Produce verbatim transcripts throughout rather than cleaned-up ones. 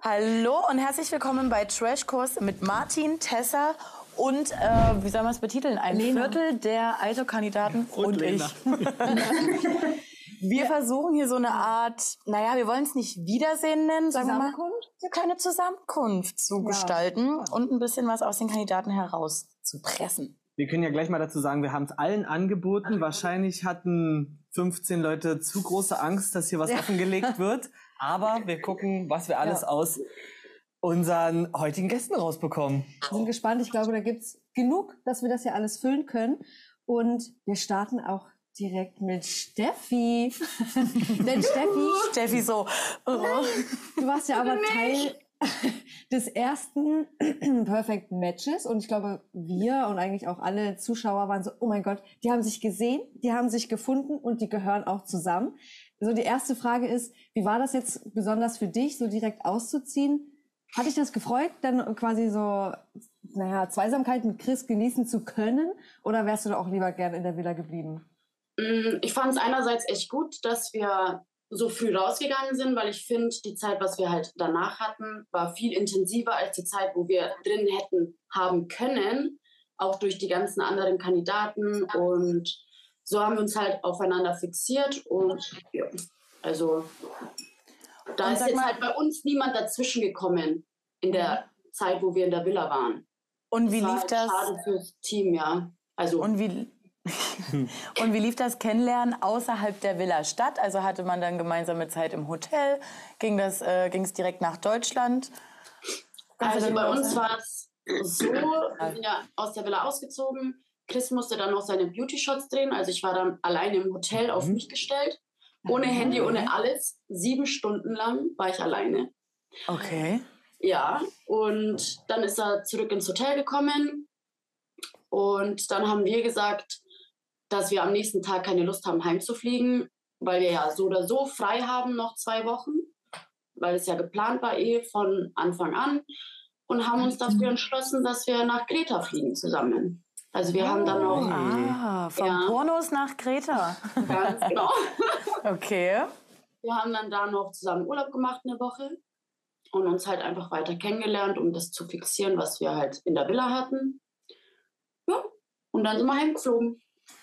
Hallo und herzlich willkommen bei Trashkurs mit Martin, Tessa und, äh, wie soll man es betiteln, ein Lena. Viertel der Aito-Kandidaten und, und ich. Wir versuchen hier so eine Art, naja, wir wollen es nicht Wiedersehen nennen, sagen wir mal, eine kleine Zusammenkunft zu gestalten und ein bisschen was aus den Kandidaten herauszupressen. Wir können ja gleich mal dazu sagen, wir haben es allen angeboten. Wahrscheinlich hatten fünfzehn Leute zu große Angst, dass hier was ja. offengelegt wird. Aber wir gucken, was wir alles ja. aus unseren heutigen Gästen rausbekommen. Wir sind gespannt. Ich glaube, da gibt's genug, dass wir das ja alles füllen können. Und wir starten auch direkt mit Steffi. Denn Steffi... Steffi so... Oh. Du warst ja aber Teil des ersten Perfect Matches. Und ich glaube, wir und eigentlich auch alle Zuschauer waren so, oh mein Gott, die haben sich gesehen, die haben sich gefunden und die gehören auch zusammen. So, die erste Frage ist, wie war das jetzt besonders für dich, so direkt auszuziehen? Hat dich das gefreut, dann quasi so, naja, Zweisamkeit mit Chris genießen zu können? Oder wärst du da auch lieber gern in der Villa geblieben? Ich fand es einerseits echt gut, dass wir so früh rausgegangen sind, weil ich finde, die Zeit, was wir halt danach hatten, war viel intensiver als die Zeit, wo wir drin hätten haben können, auch durch die ganzen anderen Kandidaten. Und so haben wir uns halt aufeinander fixiert und ja, also da und ist jetzt mal, halt bei uns niemand dazwischen gekommen in der Zeit, wo wir in der Villa waren. Und wie das lief war halt das? Schade fürs Team, ja. Also und wie und wie lief das Kennenlernen außerhalb der Villa statt? Also hatte man dann gemeinsame Zeit im Hotel? Ging das, äh, ging es direkt nach Deutschland? Kannst also bei uns war es so, wir sind ja aus der Villa ausgezogen. Chris musste dann noch seine Beauty-Shots drehen. Also ich war dann alleine im Hotel auf mich gestellt. Ohne Handy, ohne alles. Sieben Stunden lang war ich alleine. Okay. Ja, und dann ist er zurück ins Hotel gekommen. Und dann haben wir gesagt, dass wir am nächsten Tag keine Lust haben, heimzufliegen, weil wir ja so oder so frei haben, noch zwei Wochen. Weil es ja geplant war eh von Anfang an. Und haben uns dafür entschlossen, dass wir nach Kreta fliegen zusammen. Also wir oh, haben dann auch... Ah, vom ja, Pornos nach Kreta. Ganz genau. Okay. Wir haben dann da noch zusammen Urlaub gemacht, eine Woche. Und uns halt einfach weiter kennengelernt, um das zu fixieren, was wir halt in der Villa hatten. Ja, und dann sind wir heimgeflogen.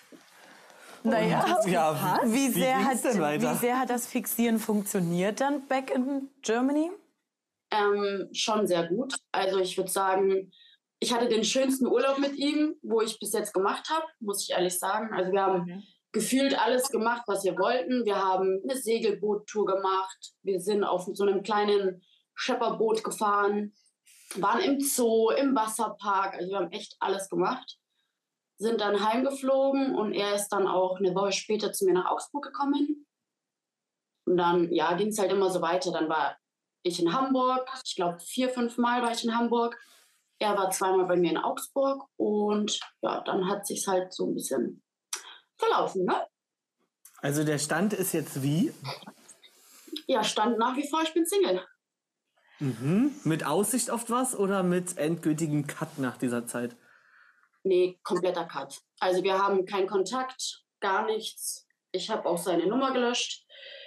Naja, ja, wie, sehr wie, hat, wie sehr hat das Fixieren funktioniert dann back in Germany? Ähm, schon sehr gut. Also ich würde sagen... Ich hatte den schönsten Urlaub mit ihm, wo ich bis jetzt gemacht habe, muss ich ehrlich sagen. Also wir haben okay. gefühlt alles gemacht, was wir wollten. Wir haben eine Segelboottour gemacht. Wir sind auf so einem kleinen Schepperboot gefahren, waren im Zoo, im Wasserpark. Also wir haben echt alles gemacht. Sind dann heimgeflogen und er ist dann auch eine Woche später zu mir nach Augsburg gekommen. Und dann, ja, ging es halt immer so weiter. Dann war ich in Hamburg. Ich glaube, vier, fünf Mal war ich in Hamburg. Er war zweimal bei mir in Augsburg und ja, dann hat sich's halt so ein bisschen verlaufen, ne? Also der Stand ist jetzt wie? Ja, Stand nach wie vor, ich bin Single. Mhm. Mit Aussicht auf was oder mit endgültigem Cut nach dieser Zeit? Nee, kompletter Cut. Also wir haben keinen Kontakt, gar nichts. Ich habe auch seine Nummer gelöscht.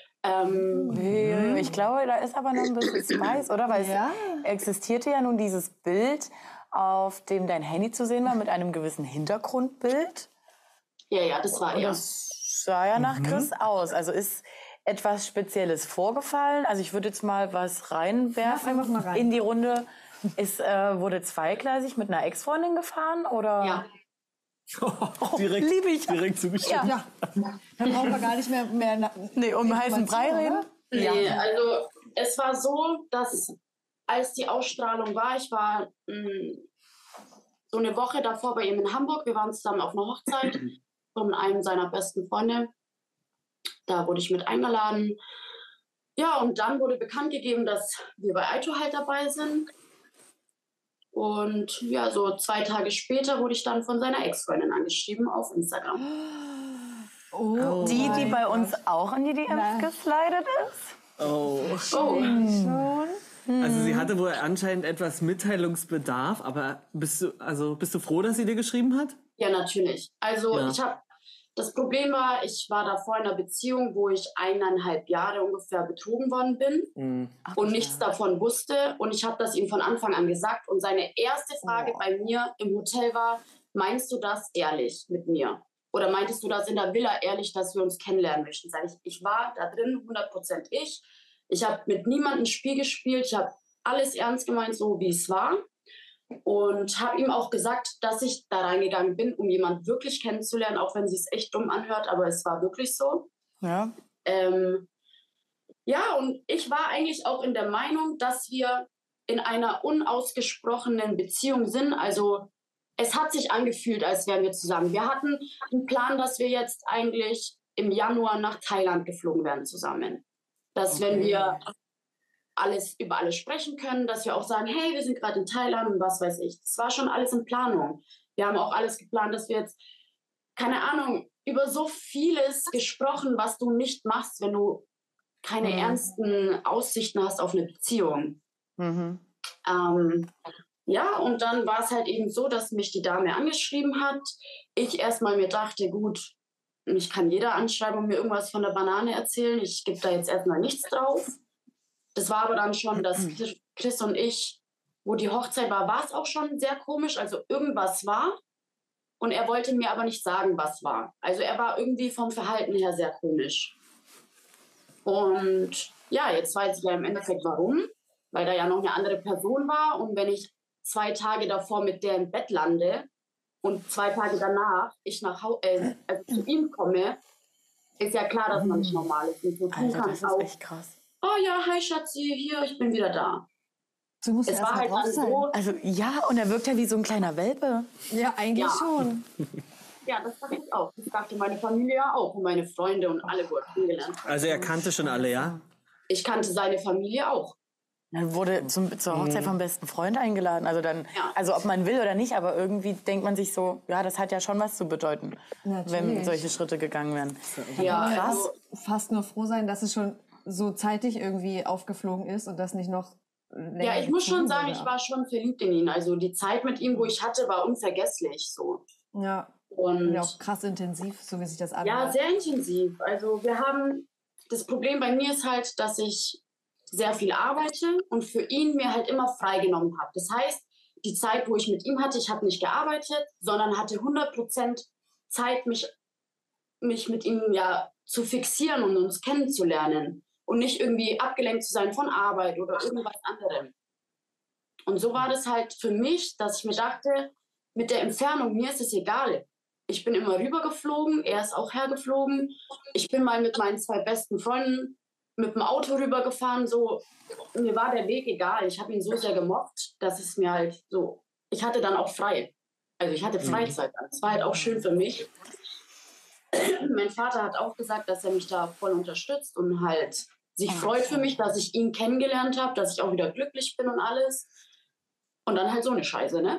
Ähm, ich glaube, da ist aber noch ein bisschen Spice, oder? Weil ja. es existierte ja nun dieses Bild, auf dem dein Handy zu sehen war, mit einem gewissen Hintergrundbild. Ja, ja, das war er. Das sah ja nach mhm. Chris aus. Also ist etwas Spezielles vorgefallen? Also ich würde jetzt mal was reinwerfen ja, einfach mal rein. in die Runde. Ist, äh, wurde zweigleisig mit einer Ex-Freundin gefahren? Oder? Ja. Oh, direkt, liebe ich. Direkt zugestimmt. Ja. ja. Dann brauchen wir gar nicht mehr... mehr nee, um heißen Brei reden? Nee, ja. Also es war so, dass als die Ausstrahlung war, ich war mh, so eine Woche davor bei ihm in Hamburg. Wir waren zusammen auf einer Hochzeit von einem seiner besten Freunde. Da wurde ich mit eingeladen. Ja, und dann wurde bekannt gegeben, dass wir bei Aito halt dabei sind. Und ja, so zwei Tage später wurde ich dann von seiner Ex-Freundin angeschrieben auf Instagram. Oh, die, die bei uns auch in die D Ms geslidet ist? Oh. Oh. Schon. Also sie hatte wohl anscheinend etwas Mitteilungsbedarf, aber bist du, also bist du froh, dass sie dir geschrieben hat? Ja, natürlich. Also ja. ich habe das Problem war, ich war davor in einer Beziehung, wo ich eineinhalb Jahre ungefähr betrogen worden bin mhm. Ach, und nichts ja. davon wusste. Und ich habe das ihm von Anfang an gesagt. Und seine erste Frage oh. bei mir im Hotel war, meinst du das ehrlich mit mir? Oder meintest du das in der Villa ehrlich, dass wir uns kennenlernen möchten? Sag ich, ich war da drin hundert Prozent ich. Ich habe mit niemandem ein Spiel gespielt. Ich habe alles ernst gemeint, so wie es war. Und habe ihm auch gesagt, dass ich da reingegangen bin, um jemanden wirklich kennenzulernen, auch wenn sie es echt dumm anhört, aber es war wirklich so. Ja. Ähm, ja, und ich war eigentlich auch in der Meinung, dass wir in einer unausgesprochenen Beziehung sind. Also es hat sich angefühlt, als wären wir zusammen. Wir hatten einen Plan, dass wir jetzt eigentlich im Januar nach Thailand geflogen werden zusammen. Dass okay. wenn wir alles über alles sprechen können, dass wir auch sagen, hey, wir sind gerade in Thailand und was weiß ich. Das war schon alles in Planung. Wir haben auch alles geplant, dass wir jetzt, keine Ahnung, über so vieles gesprochen, was du nicht machst, wenn du keine mhm. ernsten Aussichten hast auf eine Beziehung. Mhm. Ähm, ja, und dann war es halt eben so, dass mich die Dame angeschrieben hat. Ich erstmal mir dachte, gut, mich kann jeder anschreiben und mir irgendwas von der Banane erzählen. Ich gebe da jetzt erstmal nichts drauf. Das war aber dann schon, dass Chris und ich, wo die Hochzeit war, war es auch schon sehr komisch. Also irgendwas war und er wollte mir aber nicht sagen, was war. Also er war irgendwie vom Verhalten her sehr komisch. Und ja, jetzt weiß ich ja im Endeffekt warum, weil da ja noch eine andere Person war. Und wenn ich zwei Tage davor mit der im Bett lande und zwei Tage danach ich nach Hause, äh, also zu ihm komme, ist ja klar, dass man nicht normal ist. Und so tun Alter, kann das ist auch, echt krass. oh ja, hi Schatzi, hier, ich bin wieder da. Du musst es war halt dann sein. so. Also ja, und er wirkt ja wie so ein kleiner Welpe. Ja, eigentlich ja. schon. Ja, das dachte ich auch. Das dachte meine Familie ja auch und meine Freunde und alle, wo er kennengelernt hat. Also er kannte schon alle, ja? Ich kannte seine Familie auch. Dann wurde zum, zur Hochzeit vom besten Freund eingeladen. Also dann, ja. also ob man will oder nicht, aber irgendwie denkt man sich so, ja, das hat ja schon was zu bedeuten, Natürlich. wenn solche Schritte gegangen werden. Ja, krass. Also fast nur froh sein, dass es schon so zeitig irgendwie aufgeflogen ist und das nicht noch länger. Ja, ich muss schon sagen, oder? Ich war schon verliebt in ihn. Also die Zeit mit ihm, wo ich hatte, war unvergesslich so. Ja. Und, und ja auch krass intensiv, so wie sich das anhört. Ja, sehr intensiv. Also wir haben, das Problem bei mir ist halt, dass ich sehr viel arbeite und für ihn mir halt immer freigenommen habe. Das heißt, die Zeit, wo ich mit ihm hatte, ich habe nicht gearbeitet, sondern hatte hundert Prozent Zeit, mich, mich mit ihm ja zu fixieren und uns kennenzulernen und nicht irgendwie abgelenkt zu sein von Arbeit oder irgendwas anderem. Und so war das halt für mich, dass ich mir dachte, mit der Entfernung, mir ist es egal. Ich bin immer rübergeflogen, er ist auch hergeflogen. Ich bin mal mit meinen zwei besten Freunden mit dem Auto rübergefahren. So, mir war der Weg egal. Ich habe ihn so sehr gemocht, dass es mir halt so... Ich hatte dann auch frei. Also ich hatte Freizeit. Das war halt auch schön für mich. Mein Vater hat auch gesagt, dass er mich da voll unterstützt und halt sich freut für mich, dass ich ihn kennengelernt habe, dass ich auch wieder glücklich bin und alles. Und dann halt so eine Scheiße, ne?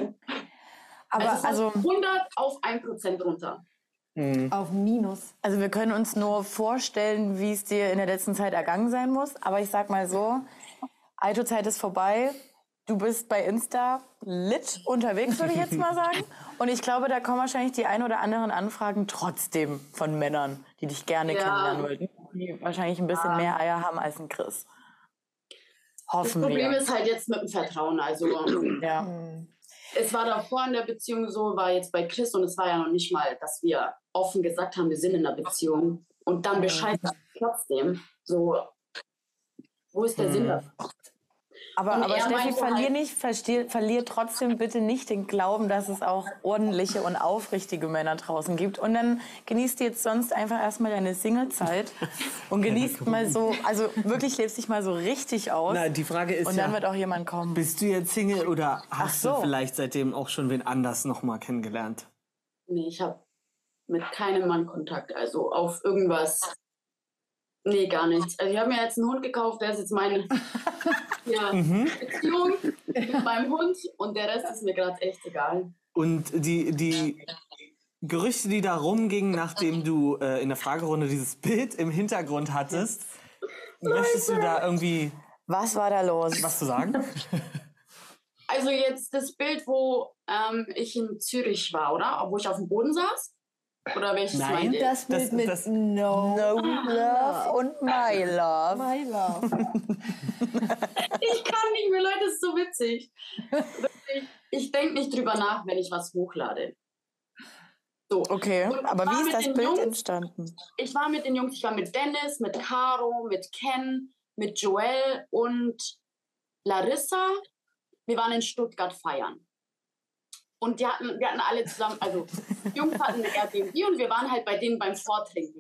Aber also, also hundert auf ein Prozent runter. Mhm. Auf Minus. Also wir können uns nur vorstellen, wie es dir in der letzten Zeit ergangen sein muss. Aber ich sag mal so, Aito-Zeit ist vorbei. Du bist bei Insta lit unterwegs, würde ich jetzt mal sagen. Und ich glaube, da kommen wahrscheinlich die ein oder anderen Anfragen trotzdem von Männern, die dich gerne ja. kennenlernen wollten. Die wahrscheinlich ein bisschen ja. mehr Eier haben als ein Chris. Hoffen das Problem wir. ist halt jetzt mit dem Vertrauen. Also ja. es war davor in der Beziehung so, war jetzt bei Chris und es war ja noch nicht mal, dass wir offen gesagt haben, wir sind in einer Beziehung. Und dann Bescheid trotzdem. So, wo ist der mhm. Sinn davon? Aber, aber Steffi, verlier halt nicht, verlier, verlier trotzdem bitte nicht den Glauben, dass es auch ordentliche und aufrichtige Männer draußen gibt. Und dann genießt du jetzt sonst einfach erstmal deine Singlezeit und genießt mal so, also wirklich lebst dich mal so richtig aus. Na, die Frage ist und dann ja, wird auch jemand kommen. Bist du jetzt Single oder hast so. du vielleicht seitdem auch schon wen anders nochmal kennengelernt? Nee, ich habe mit keinem Mann Kontakt, also auf irgendwas. Nee, gar nichts. Also ich habe mir jetzt einen Hund gekauft, der ist jetzt meine ja, mhm. Beziehung mit meinem Hund und der Rest ist mir gerade echt egal. Und die, die Gerüchte, die da rumgingen, nachdem du äh, in der Fragerunde dieses Bild im Hintergrund hattest, möchtest du da irgendwie... Was war da los? Was zu sagen? Also jetzt das Bild, wo ähm, ich in Zürich war, oder? Wo ich auf dem Boden saß. Oder welches Nein, meint ihr? Das Bild Das- mit das- No, No Love und My Love. My Love. Ich kann nicht mehr, Leute, das ist so witzig. Wirklich, ich denke nicht drüber nach, wenn ich was hochlade. So. Okay, Und ich aber war wie ist mit das den Bild Jungs- entstanden? Ich war mit den Jungs, ich war mit Dennis, mit Caro, mit Ken, mit Joel und Larissa. Wir waren in Stuttgart feiern. Und die hatten, wir hatten alle zusammen, also die Jungs hatten eine Airbnb und wir waren halt bei denen beim Vortrinken.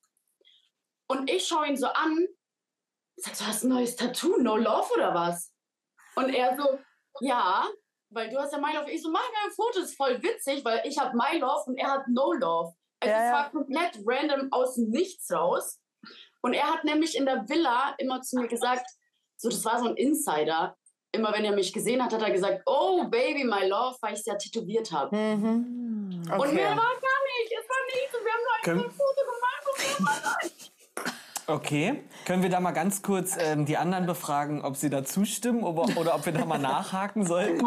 Und ich schaue ihn so an, sag so, hast du ein neues Tattoo, No Love oder was? Und er so, ja, weil du hast ja My Love. Ich so, mach mir ein Foto, das ist voll witzig, weil ich habe My Love und er hat No Love. Also Ja, es ja. war komplett random aus dem Nichts raus. Und er hat nämlich in der Villa immer zu mir gesagt, so das war so ein Insider, immer wenn er mich gesehen hat, hat er gesagt, oh Baby, My Love, weil ich es ja tätowiert habe. Mhm. Und mehr Okay. war gar nicht, es war nichts und wir haben nur Können- ein Foto gemacht und mehr war nicht. Okay, können wir da mal ganz kurz ähm, die anderen befragen, ob sie da zustimmen oder, oder ob wir da mal nachhaken sollten,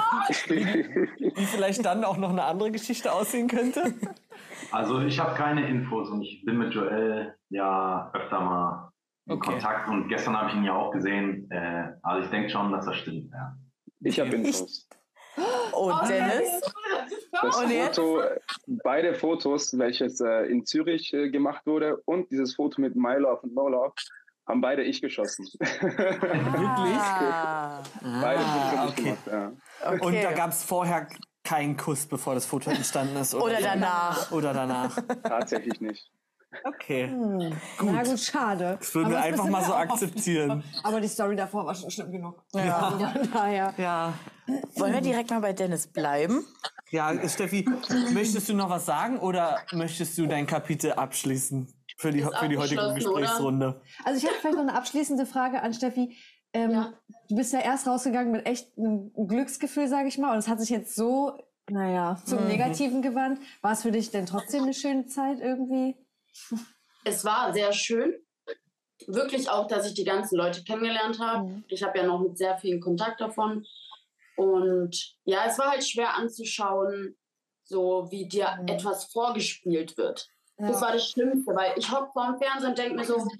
wie vielleicht dann auch noch eine andere Geschichte aussehen könnte? Also ich habe keine Infos und ich bin mit Joel ja öfter mal in Okay. Kontakt und gestern habe ich ihn ja auch gesehen. Äh, also ich denke schon, dass das stimmt. Ja. Ich habe Infos. Und Dennis? Das Und jetzt? Foto, beide Fotos, welches äh, in Zürich äh, gemacht wurde und dieses Foto mit My Love und No Love, haben beide ich geschossen. Wirklich? Ah, beide Fotos hab ich okay. gemacht, ja. okay. Und da gab es vorher keinen Kuss, bevor das Foto entstanden ist? Oder, Oder danach. Oder danach. Tatsächlich nicht. Okay, Na gut, schade. das würden Aber wir das einfach müssen mal wir so auch akzeptieren. Aber die Story davor war schon schlimm genug. Ja. Also von daher. Ja. Wollen wir direkt mal bei Dennis bleiben? Ja, Steffi, möchtest du noch was sagen oder möchtest du dein Kapitel abschließen für die, Ist für die heutige abgeschlossen, oder? Gesprächsrunde? Also ich hätte vielleicht noch eine abschließende Frage an Steffi. Ähm, Ja. Du bist ja erst rausgegangen mit echt einem Glücksgefühl, sage ich mal. Und es hat sich jetzt so, naja, zum Negativen gewandt. War es für dich denn trotzdem eine schöne Zeit irgendwie? Es war sehr schön. Wirklich auch, dass ich die ganzen Leute kennengelernt habe. Mhm. Ich habe ja noch mit sehr vielen Kontakt davon. Und ja, es war halt schwer anzuschauen, so wie dir Mhm. etwas vorgespielt wird. Das Ja. war das Schlimmste, weil ich hocke vor dem Fernsehen und denke mir so,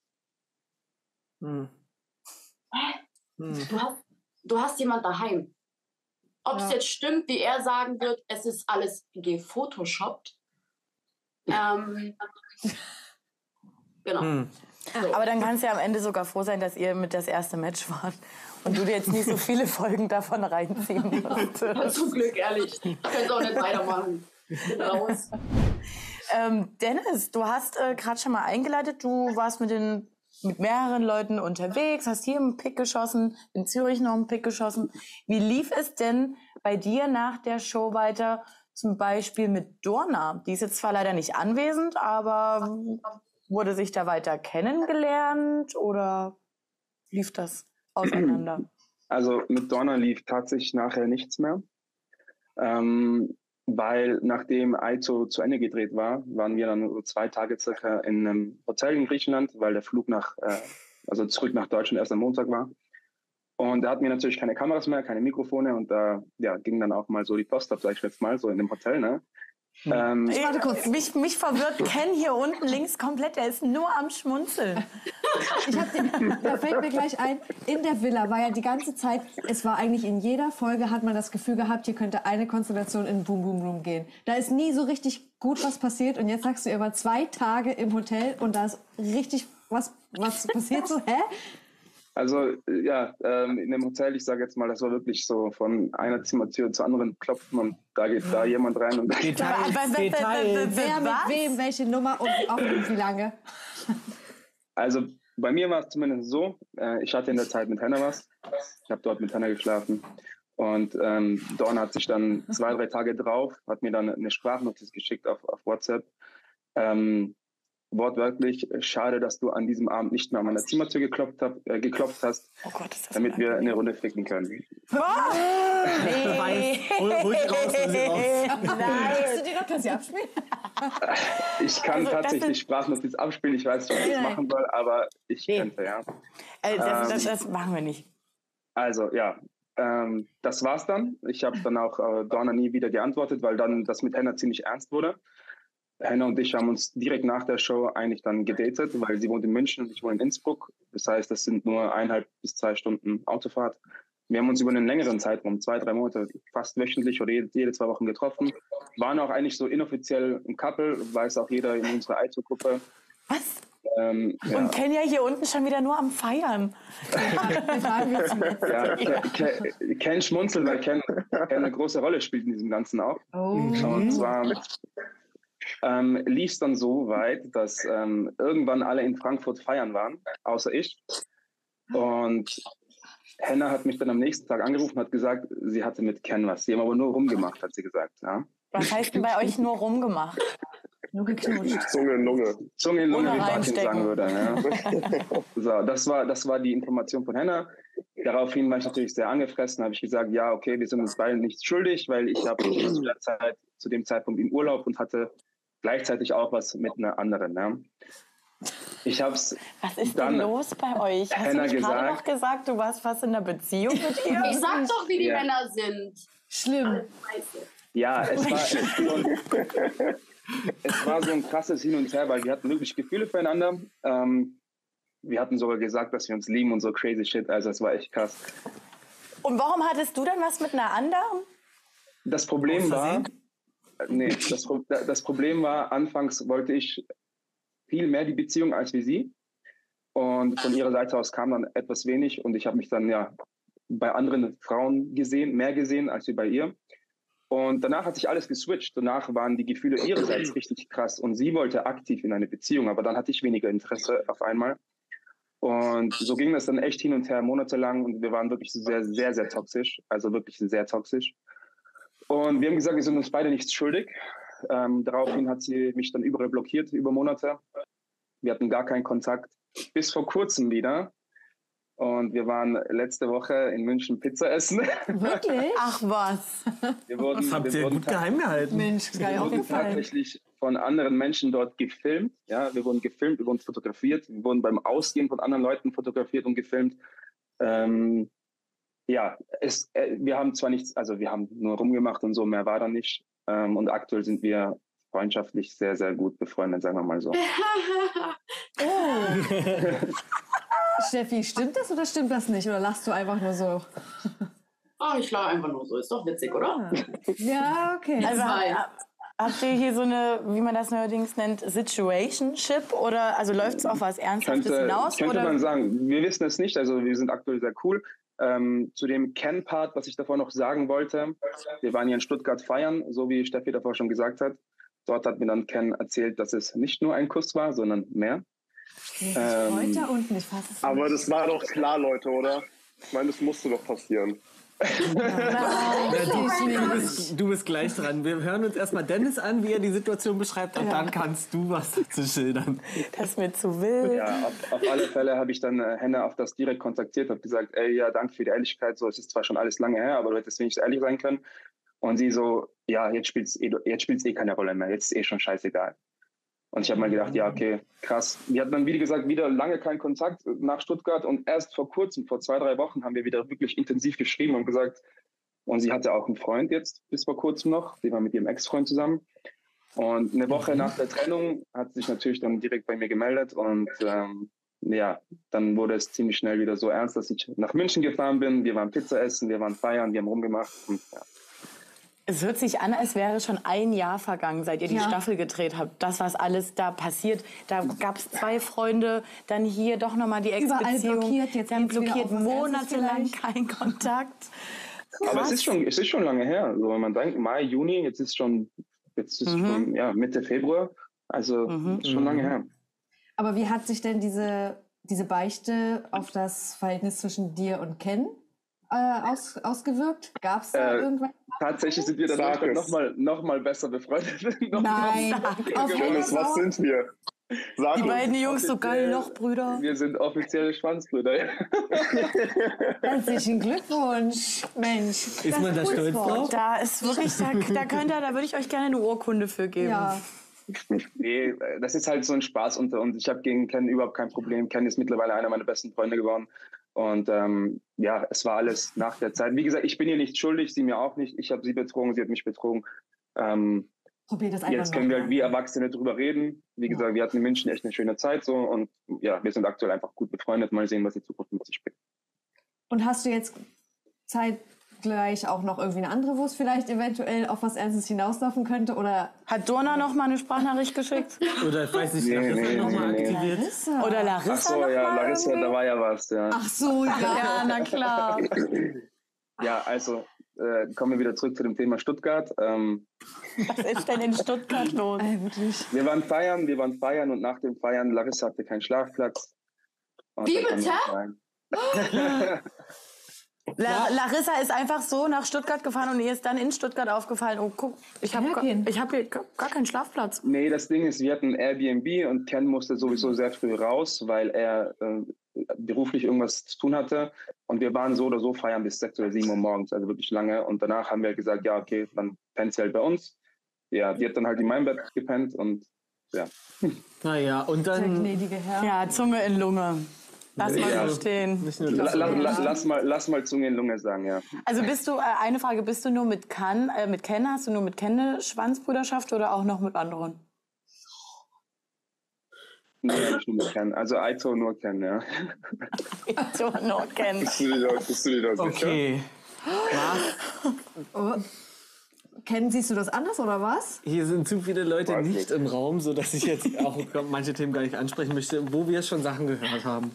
Hm. Hm. du hast, du hast jemand daheim. Ob es Ja. jetzt stimmt, wie er sagen wird, es ist alles gefotoshoppt. Ähm, genau. Hm. Aber dann kannst du ja am Ende sogar froh sein, dass ihr mit das erste Match wart und du dir jetzt nicht so viele Folgen davon reinziehen musst. Zum Glück, ehrlich. Ich könnte auch nicht weitermachen. Bin raus. Ähm, Dennis, du hast äh, gerade schon mal eingeleitet, du warst mit, den, mit mehreren Leuten unterwegs, hast hier einen Pick geschossen, in Zürich noch einen Pick geschossen. Wie lief es denn bei dir nach der Show weiter, zum Beispiel mit Dorna? Die ist jetzt zwar leider nicht anwesend, aber wurde sich da weiter kennengelernt oder lief das auseinander? Also mit Donna lief tatsächlich nachher nichts mehr. Ähm, weil nachdem Aito zu Ende gedreht war, waren wir dann so zwei Tage circa in einem Hotel in Griechenland, weil der Flug nach, äh, also zurück nach Deutschland erst am Montag war. Und da hatten wir natürlich keine Kameras mehr, keine Mikrofone und da ja, ging dann auch mal so die Post ab, sag ich jetzt mal, so in dem Hotel, ne? Hm. Ähm, Ich, Warte kurz. Mich, mich verwirrt Ken hier unten links komplett, der ist nur am Schmunzeln. Ich hab den, da fällt mir gleich ein, in der Villa war ja die ganze Zeit, es war eigentlich in jeder Folge, hat man das Gefühl gehabt, hier könnte eine Konstellation in Boom Boom Room gehen. Da ist nie so richtig gut was passiert und jetzt sagst du, ihr war zwei Tage im Hotel und da ist richtig was, was passiert so, hä? Also ja, ähm, in dem Hotel, ich sage jetzt mal, das war wirklich so von einer Zimmertür zur anderen klopfen und da geht da jemand rein und da Details, Was- was- Details. Wer mit Was? wem, welche Nummer und auch wie lange? Also bei mir war es zumindest so, äh, ich hatte in der Zeit mit Hannah was, ich habe dort mit Hannah geschlafen und ähm, Dawn hat sich dann zwei, drei Tage drauf, hat mir dann eine Sprachnotiz geschickt auf, auf WhatsApp. Ähm, wortwörtlich, schade, dass du an diesem Abend nicht mehr an meiner Zimmertür geklopft, hab, äh, geklopft hast, Oh Gott, ist das damit wir unangenehm. eine Runde ficken können. Nee. Hol, hol sie raus, hol sie raus. Nein. Hast du die noch, kannst du abspielen? Ich kann Also, das tatsächlich ist- Sprachnotiz abspielen, ich weiß nicht, was ich Nein. machen soll, aber ich Nee. könnte, ja. Äh, das, das, Ähm, das machen wir nicht. Also ja, ähm, das war's dann. Ich habe dann auch äh, Dorna nie wieder geantwortet, weil dann das mit Hannah ziemlich ernst wurde. Henna und ich haben uns direkt nach der Show eigentlich dann gedatet, weil sie wohnt in München und ich wohne in Innsbruck. Das heißt, das sind nur eineinhalb bis zwei Stunden Autofahrt. Wir haben uns über einen längeren Zeitraum, zwei, drei Monate, fast wöchentlich oder jede, jede zwei Wochen getroffen. Waren auch eigentlich so inoffiziell ein Couple, weiß auch jeder in unserer I zwei Gruppe. Was? Ähm, ja. Und Ken ja hier unten schon wieder nur am Feiern. ja, Ken, Ken schmunzelt, weil Ken, Ken eine große Rolle spielt in diesem Ganzen auch. Oh. Und zwar ähm, lief es dann so weit, dass ähm, irgendwann alle in Frankfurt feiern waren, außer ich. Und Henna hat mich dann am nächsten Tag angerufen und hat gesagt, sie hatte mit Ken was. Sie haben aber nur rumgemacht, hat sie gesagt. Ja. Was heißt denn bei euch nur rumgemacht? Nur geknutscht. Zunge in Lunge. Zunge in Lunge, Ohne wie Martin reinstecken. sagen würde. Ja. So, das war, das war die Information von Henna. Daraufhin war ich natürlich sehr angefressen, habe ich gesagt, ja, okay, wir sind uns beide nicht schuldig, weil ich habe zu, der Zeit, zu dem Zeitpunkt im Urlaub und hatte gleichzeitig auch was mit einer anderen. Ja. Ich hab's Was ist dann denn los bei euch? Hast Henna du nicht gerade noch gesagt, gesagt, du warst fast in einer Beziehung mit ihr? Ich sag doch, wie die Ja. Männer sind. Schlimm. Scheiße. ja, es war, es, war so ein, es war so ein krasses Hin und Her, weil wir hatten wirklich Gefühle füreinander. Ähm, wir hatten sogar gesagt, dass wir uns lieben und so crazy shit. Also es war echt krass. Und warum hattest du dann was mit einer anderen? Das Problem Aus war, Versehen? nee, das, Pro- das Problem war, anfangs wollte ich viel mehr die Beziehung als wie sie. Und von ihrer Seite aus kam dann etwas wenig und ich habe mich dann ja bei anderen Frauen gesehen, mehr gesehen als wie bei ihr. Und danach hat sich alles geswitcht. Danach waren die Gefühle ihrerseits richtig krass und sie wollte aktiv in eine Beziehung, aber dann hatte ich weniger Interesse auf einmal. Und so ging das dann echt hin und her, monatelang und wir waren wirklich sehr, sehr, sehr toxisch, also wirklich sehr toxisch. Und wir haben gesagt, wir sind uns beide nichts schuldig. Ähm, daraufhin hat sie mich dann überall blockiert, über Monate. Wir hatten gar keinen Kontakt, bis vor kurzem wieder. Und wir waren letzte Woche in München Pizza essen. Wirklich? Ach was. Wir wurden, Das habt wir ihr wurden gut geheim gehalten. Mensch, ist gar nicht Wir wurden aufgefallen. tatsächlich von anderen Menschen dort gefilmt. Ja, wir wurden gefilmt, wir wurden fotografiert, wir wurden beim Ausgehen von anderen Leuten fotografiert und gefilmt. Ähm, ja, es, äh, wir haben zwar nichts, also wir haben nur rumgemacht und so, mehr war da nicht. Ähm, und aktuell sind wir freundschaftlich sehr, sehr gut befreundet, sagen wir mal so. Steffi, stimmt das oder stimmt das nicht? Oder lachst du einfach nur so? Oh, ich lache einfach nur so. Ist doch witzig, oder? Ja, okay. Also Zwei. hab, habt ihr hier so eine, wie man das neuerdings nennt, Situationship? Oder also läuft es auf was Ernsthaftes Könnte, hinaus? könnte Oder? man sagen. Wir wissen es nicht, also wir sind aktuell sehr cool. Ähm, zu dem Ken-Part, was ich davor noch sagen wollte, wir waren hier in Stuttgart feiern, so wie Steffi davor schon gesagt hat. Dort hat mir dann Ken erzählt, dass es nicht nur ein Kuss war, sondern mehr. Nee, ähm, freut da unten, ich fasse es Aber nicht. das war doch klar, Leute, oder? Ich meine, das musste doch passieren. Ja, du, du, bist, du bist gleich dran. Wir hören uns erstmal Dennis an, wie er die Situation beschreibt, und dann kannst du was dazu schildern. Das ist mir zu wild. Ja, auf, auf alle Fälle habe ich dann äh, Henna auf das direkt kontaktiert, habe gesagt, ey, ja, danke für die Ehrlichkeit, so, es ist zwar schon alles lange her, aber du hättest wenigstens ehrlich sein können. Und sie so, ja, jetzt spielt es eh, jetzt spielt's eh keine Rolle mehr, jetzt ist eh schon scheißegal. Und ich habe mal gedacht, ja, okay, krass. Wir hatten dann, wie gesagt, wieder lange keinen Kontakt nach Stuttgart und erst vor kurzem, vor zwei, drei Wochen, haben wir wieder wirklich intensiv geschrieben und gesagt, und sie hatte auch einen Freund jetzt, bis vor kurzem noch, die war mit ihrem Ex-Freund zusammen. Und eine Woche nach der Trennung hat sie sich natürlich dann direkt bei mir gemeldet und ähm, ja, dann wurde es ziemlich schnell wieder so ernst, dass ich nach München gefahren bin. Wir waren Pizza essen, wir waren feiern, wir haben rumgemacht. Und, ja. Es hört sich an, als wäre schon ein Jahr vergangen, seit ihr die Ja. Staffel gedreht habt. Das, was alles da passiert. Da gab es zwei Freunde, dann hier doch nochmal die Überall Ex-Beziehung. blockiert, jetzt dann geht's wieder blockiert, auf was Ernstes monatelang vielleicht. kein Kontakt. Aber es Krass. ist schon, es ist schon lange her. Also wenn man denkt, Mai, Juni, jetzt ist schon, jetzt ist Mhm. schon ja, Mitte Februar. Also Mhm. ist schon lange her. Aber wie hat sich denn diese, diese Beichte auf das Verhältnis zwischen dir und Ken äh, aus, ausgewirkt? Gab es da Äh, irgendwas? Tatsächlich sind wir dann Sag es. noch mal, noch mal besser befreundet. noch Nein. Mal Auf Dennis, was sind wir? Sag Die uns. beiden Jungs, so geil offiziell- noch, Brüder. Wir sind offizielle Schwanzbrüder. Herzlichen Glückwunsch, Mensch. Ist man da stolz drauf? Da ist wirklich, da, da könnt ihr, da würde ich euch gerne eine Urkunde für geben. Ja. Nee, das ist halt so ein Spaß unter uns. Ich habe gegen Ken überhaupt kein Problem. Ken ist mittlerweile einer meiner besten Freunde geworden. Und ähm, ja, es war alles nach der Zeit. Wie gesagt, ich bin ihr nicht schuldig, sie mir auch nicht. Ich habe sie betrogen, sie hat mich betrogen. Ähm, Probier das einfach Jetzt können wir mal. halt wie Erwachsene drüber reden. Wie gesagt, wir hatten in München echt eine schöne Zeit so und ja, wir sind aktuell einfach gut befreundet. Mal sehen, was die Zukunft mit sich bringt. Und hast du jetzt zeitgleich auch noch irgendwie eine andere, wo es vielleicht eventuell auf was Ernstes hinauslaufen könnte? Oder Hat Dorna noch mal eine Sprachnachricht geschickt? Oder ich weiß nicht, Nee, Larissa nee, nochmal nee, nee. aktiviert. Larissa? Oder Ach Larissa so, noch ja, mal Larissa, irgendwie? da war ja was, ja. Ach so, ja. Ja, na klar. Ja, also äh, kommen wir wieder zurück zu dem Thema Stuttgart. Ähm, Was ist denn in Stuttgart los? Ey, wirklich. wir waren feiern, wir waren feiern und nach dem Feiern, Larissa hatte keinen Schlafplatz. Und Wie dann kamen bitte? wir rein. La Larissa ist einfach so nach Stuttgart gefahren und ihr ist dann in Stuttgart aufgefallen, oh guck, ich habe Ja, gar, Kind. ich hab hier gar gar keinen Schlafplatz. Nee, das Ding ist, wir hatten Airbnb und Ken musste sowieso sehr früh raus, weil er äh, beruflich irgendwas zu tun hatte. Und wir waren so oder so feiern bis sechs oder sieben Uhr morgens, also wirklich lange. Und danach haben wir gesagt, ja, okay, dann pennt sie halt bei uns. Ja, die hat dann halt in meinem Bett gepennt und ja. Naja, und Der dann... gnädige Herr. Ja, Zunge in Lunge. Lass mal Ja. so stehen. Nicht nur La, das. la, la, lass, mal, lass mal Zunge in Lunge sagen, ja. Also bist du, äh, eine Frage, bist du nur mit Ken, äh, mit Ken, hast du nur mit Ken eine Schwanzbruderschaft oder auch noch mit anderen? Nee, nicht nur mit Ken. Also Aito nur Ken, ja. So, nur Ken. Bist du dir da, bist du dir da sicher? Okay. Oh. Ken, siehst du das anders oder was? Hier sind zu viele Leute Weiß nicht nicht. im Raum, sodass ich jetzt auch manche Themen gar nicht ansprechen möchte, wo wir schon Sachen gehört haben.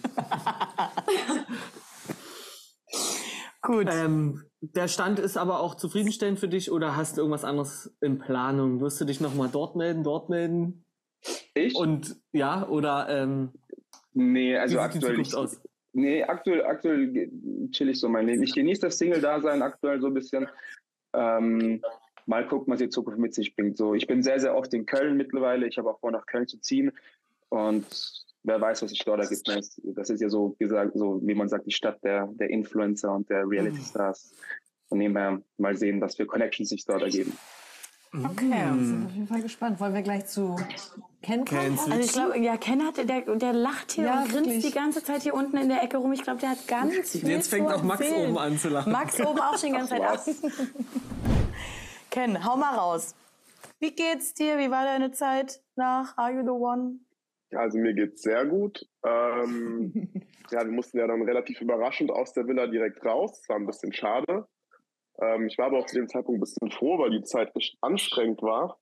Gut. Ähm, der Stand ist aber auch zufriedenstellend für dich oder hast du irgendwas anderes in Planung? Wirst du dich nochmal dort melden, dort melden? Ich? Und ja, oder ähm, Nee, wie also sieht die aktuell. Zukunft Ich, aus? nee, aktuell, aktuell ge- chill ich so mein Leben. Ich genieße das Single-Dasein aktuell so ein bisschen. Ähm, mal gucken, was die Zukunft mit sich bringt. So, ich bin sehr, sehr oft in Köln mittlerweile. Ich habe auch vor, nach Köln zu ziehen. Und wer weiß, was sich dort ergibt. Ne? Das ist ja so gesagt, so wie man sagt, die Stadt der, der Influencer und der Reality-Stars. Von dem her mal sehen, was für Connections sich dort ergeben. Okay. Wir sind auf jeden Fall gespannt. Wollen wir gleich zu Ken kommen? Kennst du? Also ich glaube, ja, Ken hat, der, der lacht hier Ja, und grinst wirklich. die ganze Zeit hier unten in der Ecke rum. Ich glaube, der hat ganz viel Jetzt fängt zu auch Max erzählen. oben an zu lachen. Max oben auch schon die ganze Zeit ab. Ken, hau mal raus. Wie geht's dir? Wie war deine Zeit nach Are You The One? Ja, also mir geht's sehr gut. Ähm, ja, wir mussten ja dann relativ überraschend aus der Villa direkt raus. Das war ein bisschen schade. Ähm, ich war aber auch zu dem Zeitpunkt ein bisschen froh, weil die Zeit echt anstrengend war.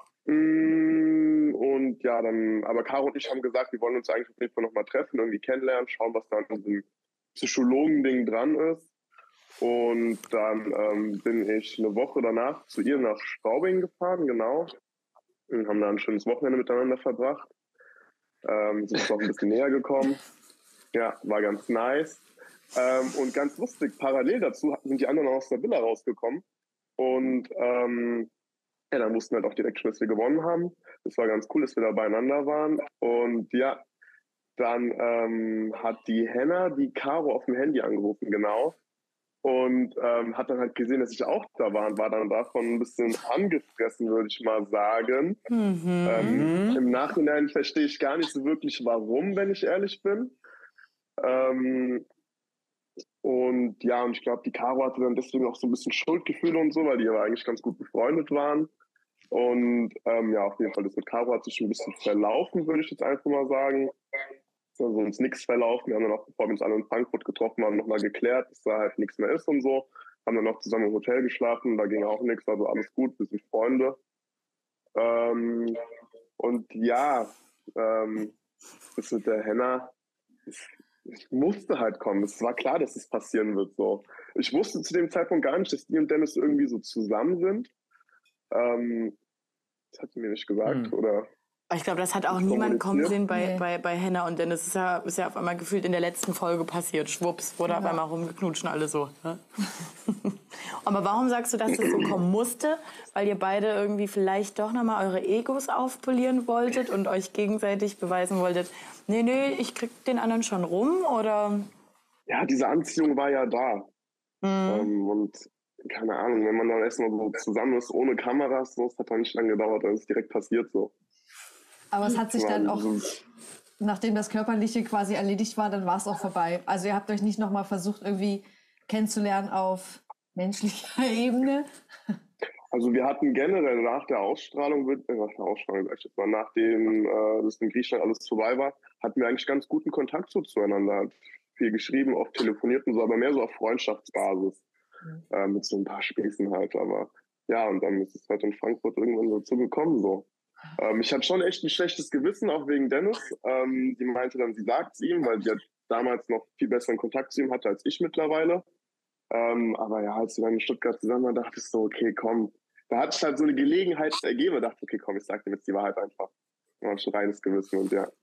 Mm, Und ja, dann, aber Caro und ich haben gesagt, wir wollen uns eigentlich auf jeden Fall nochmal treffen, irgendwie kennenlernen, schauen, was da an diesem Psychologen-Ding dran ist. Und dann ähm, bin ich eine Woche danach zu ihr nach Straubing gefahren, genau. Und haben da ein schönes Wochenende miteinander verbracht. Ähm, sind uns auch ein bisschen näher gekommen. Ja, war ganz nice. Ähm, und ganz lustig, parallel dazu sind die anderen aus der Villa rausgekommen. Und ähm, ja, dann wussten halt auch direkt schon, dass wir gewonnen haben. Das war ganz cool, dass wir da beieinander waren. Und ja, dann ähm, hat die Henna die Caro auf dem Handy angerufen, genau. Und ähm, hat dann halt gesehen, dass ich auch da war und war dann davon ein bisschen angefressen, würde ich mal sagen. Mhm. Ähm, Im Nachhinein verstehe ich gar nicht so wirklich, warum, wenn ich ehrlich bin. Ähm, und ja, und ich glaube, die Caro hatte dann deswegen auch so ein bisschen Schuldgefühle und so, weil die aber eigentlich ganz gut befreundet waren. Und ähm, ja, auf jeden Fall, das mit Caro hat sich ein bisschen verlaufen, würde ich jetzt einfach mal sagen. Es ist also uns nichts verlaufen. Wir haben dann auch, bevor wir uns alle in Frankfurt getroffen haben, nochmal geklärt, dass da halt nichts mehr ist und so. Haben dann noch zusammen im Hotel geschlafen, da ging auch nichts, also alles gut, wir sind Freunde. Ähm, und ja, ähm, das mit der Henna, es, es musste halt kommen. Es war klar, dass es passieren wird. So. Ich wusste zu dem Zeitpunkt gar nicht, dass die und Dennis irgendwie so zusammen sind. Ähm, das hat sie mir nicht gesagt, Hm. oder? Ich glaube, das hat auch Nicht niemand kommen kommuniziert? sehen bei, Nee. bei, bei Henna und Dennis. Das ist ja, ist ja auf einmal gefühlt in der letzten Folge passiert. Schwupps, wurde auf einmal rumgeknutscht und alle so. Ne? Aber warum sagst du, dass das so kommen musste? Weil ihr beide irgendwie vielleicht doch nochmal eure Egos aufpolieren wolltet und euch gegenseitig beweisen wolltet, nee, nee, ich krieg den anderen schon rum, oder? Ja, diese Anziehung war ja da. Mhm. Ähm, und keine Ahnung, wenn man dann erstmal so zusammen ist, ohne Kameras, so, es hat dann nicht lange gedauert, dann ist es direkt passiert so. Aber es hat sich dann auch, So- nachdem das Körperliche quasi erledigt war, dann war es auch vorbei. Also ihr habt euch nicht nochmal versucht, irgendwie kennenzulernen auf menschlicher Ebene. Also wir hatten generell nach der Ausstrahlung, wird- äh, nach der Ausstrahlung, sag ich jetzt mal, nachdem äh, das in Griechenland alles vorbei war, hatten wir eigentlich ganz guten Kontakt so zueinander. Hat viel geschrieben, oft telefoniert und so, aber mehr so auf Freundschaftsbasis. Mhm. Äh, mit so ein paar Späßen halt. Aber ja, und dann ist es halt in Frankfurt irgendwann dazu gekommen so. Ähm, ich hatte schon echt ein schlechtes Gewissen, auch wegen Dennis. Ähm, die meinte dann, sie sagt es ihm, weil sie hat damals noch viel besseren Kontakt zu ihm hatte als ich mittlerweile. Ähm, aber ja, als wir dann in Stuttgart zusammen waren, dachte ich so, okay, komm. Da hat sich halt so eine Gelegenheit ergeben. Da dachte ich, okay, komm, ich sag dir jetzt die Wahrheit einfach. Ja, schon reines Gewissen und ja.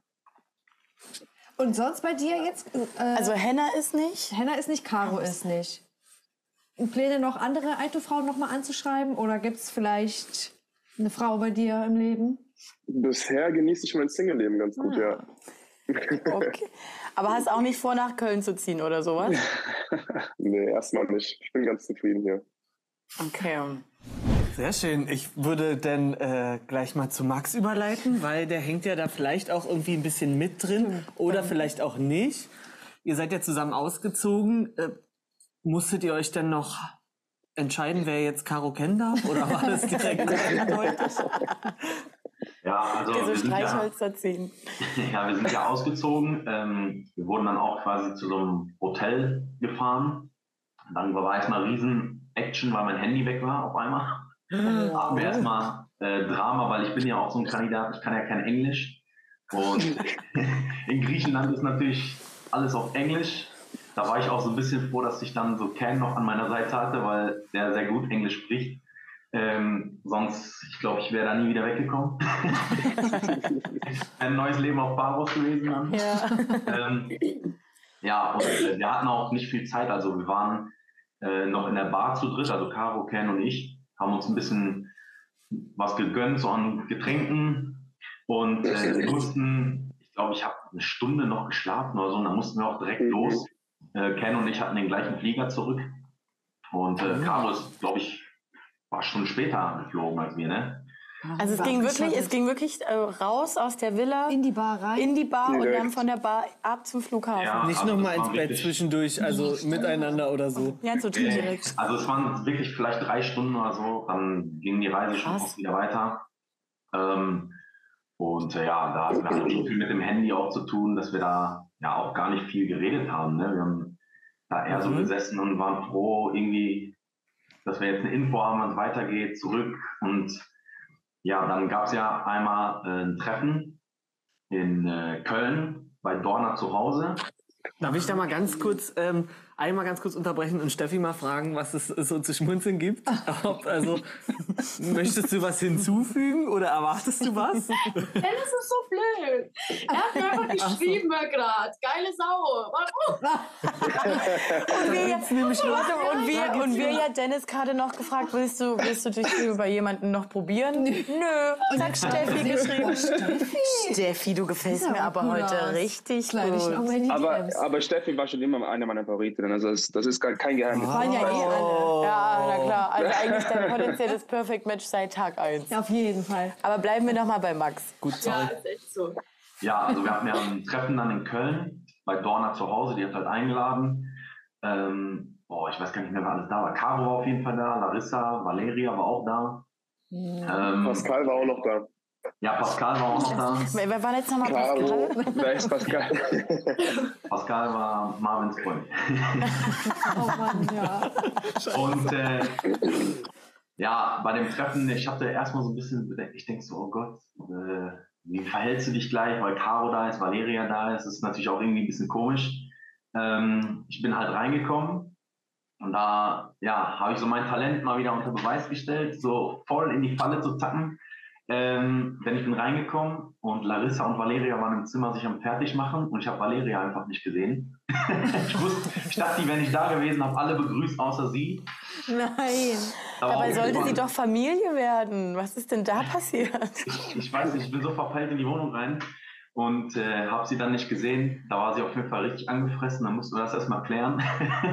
Und sonst bei dir jetzt? Äh, Also Henna ist nicht. Henna ist nicht, Caro ist nicht. Pläne noch andere Aito-Frauen noch mal anzuschreiben? Oder gibt es vielleicht eine Frau bei dir im Leben? Bisher genieße ich mein Single-Leben ganz gut, Ah. ja. Okay. Aber hast auch nicht vor, nach Köln zu ziehen oder sowas? Nee, erstmal nicht. Ich bin ganz zufrieden hier. Okay. Sehr schön. Ich würde dann äh, gleich mal zu Max überleiten, weil der hängt ja da vielleicht auch irgendwie ein bisschen mit drin oder vielleicht auch nicht. Ihr seid ja zusammen ausgezogen. Äh, musstet ihr euch denn noch entscheiden, wer jetzt Caro kennen darf? Oder war das direkt eindeutig? Ja, also Diese wir sind ja, Streichhölzer ziehen. ja, wir sind ja ausgezogen. Ähm, wir wurden dann auch quasi zu so einem Hotel gefahren. Dann war erstmal riesen Action, weil mein Handy weg war auf einmal. Hatten wir erstmal äh, Drama, weil ich bin ja auch so ein Kandidat, ich kann ja kein Englisch. Und in Griechenland ist natürlich alles auf Englisch. Da war ich auch so ein bisschen froh, dass ich dann so Ken noch an meiner Seite hatte, weil der sehr gut Englisch spricht. Ähm, sonst, ich glaube, ich wäre da nie wieder weggekommen. Ein neues Leben auf Baros gewesen dann. Ja. Ähm, ja, und äh, wir hatten auch nicht viel Zeit. Also wir waren äh, noch in der Bar zu dritt, also Caro, Ken und ich, haben uns ein bisschen was gegönnt, so an Getränken. Und äh, wir mussten, ich glaube, ich habe eine Stunde noch geschlafen oder so, und dann mussten wir auch direkt los. Äh, Ken und ich hatten den gleichen Flieger zurück. Und äh, Caro ist, glaube ich, war schon später geflogen als wir, ne? Also es ging wirklich, es ging wirklich äh, raus aus der Villa In die Bar rein? in die Bar und Direkt. dann von der Bar ab zum Flughafen. Ja, Nicht also noch das mal ins war Bett wirklich- zwischendurch, also miteinander oder so. Ja, so Nee, direkt. Also es waren wirklich vielleicht drei Stunden oder so, dann ging die Reise schon Krass. auch wieder weiter. Ähm, und äh, ja, da hatten wir halt schon viel mit dem Handy auch zu tun, dass wir da ja auch gar nicht viel geredet haben. Ne? Wir haben da eher so Mhm. gesessen und waren froh irgendwie, dass wir jetzt eine Info haben, wann es weitergeht, zurück. Und ja, dann gab es ja einmal äh, ein Treffen in äh, Köln bei Dorna zu Hause. Darf ich da mal ganz kurz, ähm, einmal ganz kurz unterbrechen und Steffi mal fragen, was es so zu schmunzeln gibt? Ob, also, möchtest du was hinzufügen oder erwartest du was? Dennis ist so blöd. Er hat mir einfach geschrieben gerade. Geile Sau. Warum? Und wir, jetzt, warte, und wir, und wir ja Dennis gerade noch gefragt, willst du, willst du dich bei jemandem noch probieren? Nö. Nö. Hat Steffi geschrieben. Steffi. Steffi, du gefällst Sieht mir aber aber cool heute aus. richtig Slide ich noch gut. mal in die Aber, D Ms. aber Steffi war schon immer einer meiner Favoriten. Also das, das ist gar kein Geheimnis. Waren ja eh alle. Ja, na klar. Also eigentlich dein potenzielles Perfect Match seit Tag eins. Ja, auf jeden Fall. Aber bleiben wir noch mal bei Max. Gut, Ja, sorry. ist echt so. Ja, also wir hatten ja ein Treffen dann in Köln bei Dorna zu Hause, die hat halt eingeladen. Ähm, boah, ich weiß gar nicht mehr, wer alles da war. Caro war auf jeden Fall da, Larissa, Valeria war auch da. Ähm, Pascal war auch noch da. ja, Pascal war auch noch da. Wer wer war letztes Mal Caro, Pascal? wer ist Pascal? Pascal war Marvins Freund. Oh Mann, ja. Und äh, ja, bei dem Treffen, ich hatte erstmal so ein bisschen bedenkt, ich denke so, oh Gott, äh, wie verhältst du dich gleich, weil Caro da ist, Valeria da ist, das ist natürlich auch irgendwie ein bisschen komisch. Ähm, ich bin halt reingekommen und da ja, habe ich so mein Talent mal wieder unter Beweis gestellt, so voll in die Falle zu tacken. Ähm, denn ich bin reingekommen und Larissa und Valeria waren im Zimmer sich am fertig machen und ich habe Valeria einfach nicht gesehen. ich, wusste, ich dachte, die wäre nicht da gewesen, habe alle begrüßt außer sie. Nein. Aber Dabei auch sollte sie irgendwann- doch Familie werden. Was ist denn da passiert? Ich, ich weiß nicht, ich bin so verpeilt in die Wohnung rein und äh, habe sie dann nicht gesehen. Da war sie auf jeden Fall richtig angefressen, dann mussten wir das erstmal klären.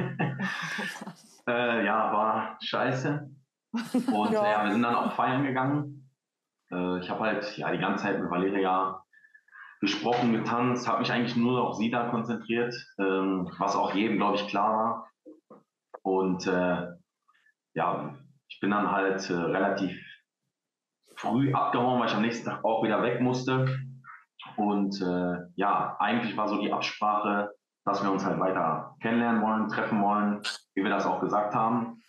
äh, ja, war scheiße. Und Ja. ja. ja, wir sind dann auch feiern gegangen. Äh, ich habe halt ja die ganze Zeit mit Valeria gesprochen, getanzt, habe mich eigentlich nur auf sie da konzentriert, ähm, was auch jedem, glaube ich, klar war. Und äh, ja, ich bin dann halt äh, relativ früh abgehauen, weil ich am nächsten Tag auch wieder weg musste. Und äh, ja, eigentlich war so die Absprache, dass wir uns halt weiter kennenlernen wollen, treffen wollen, wie wir das auch gesagt haben.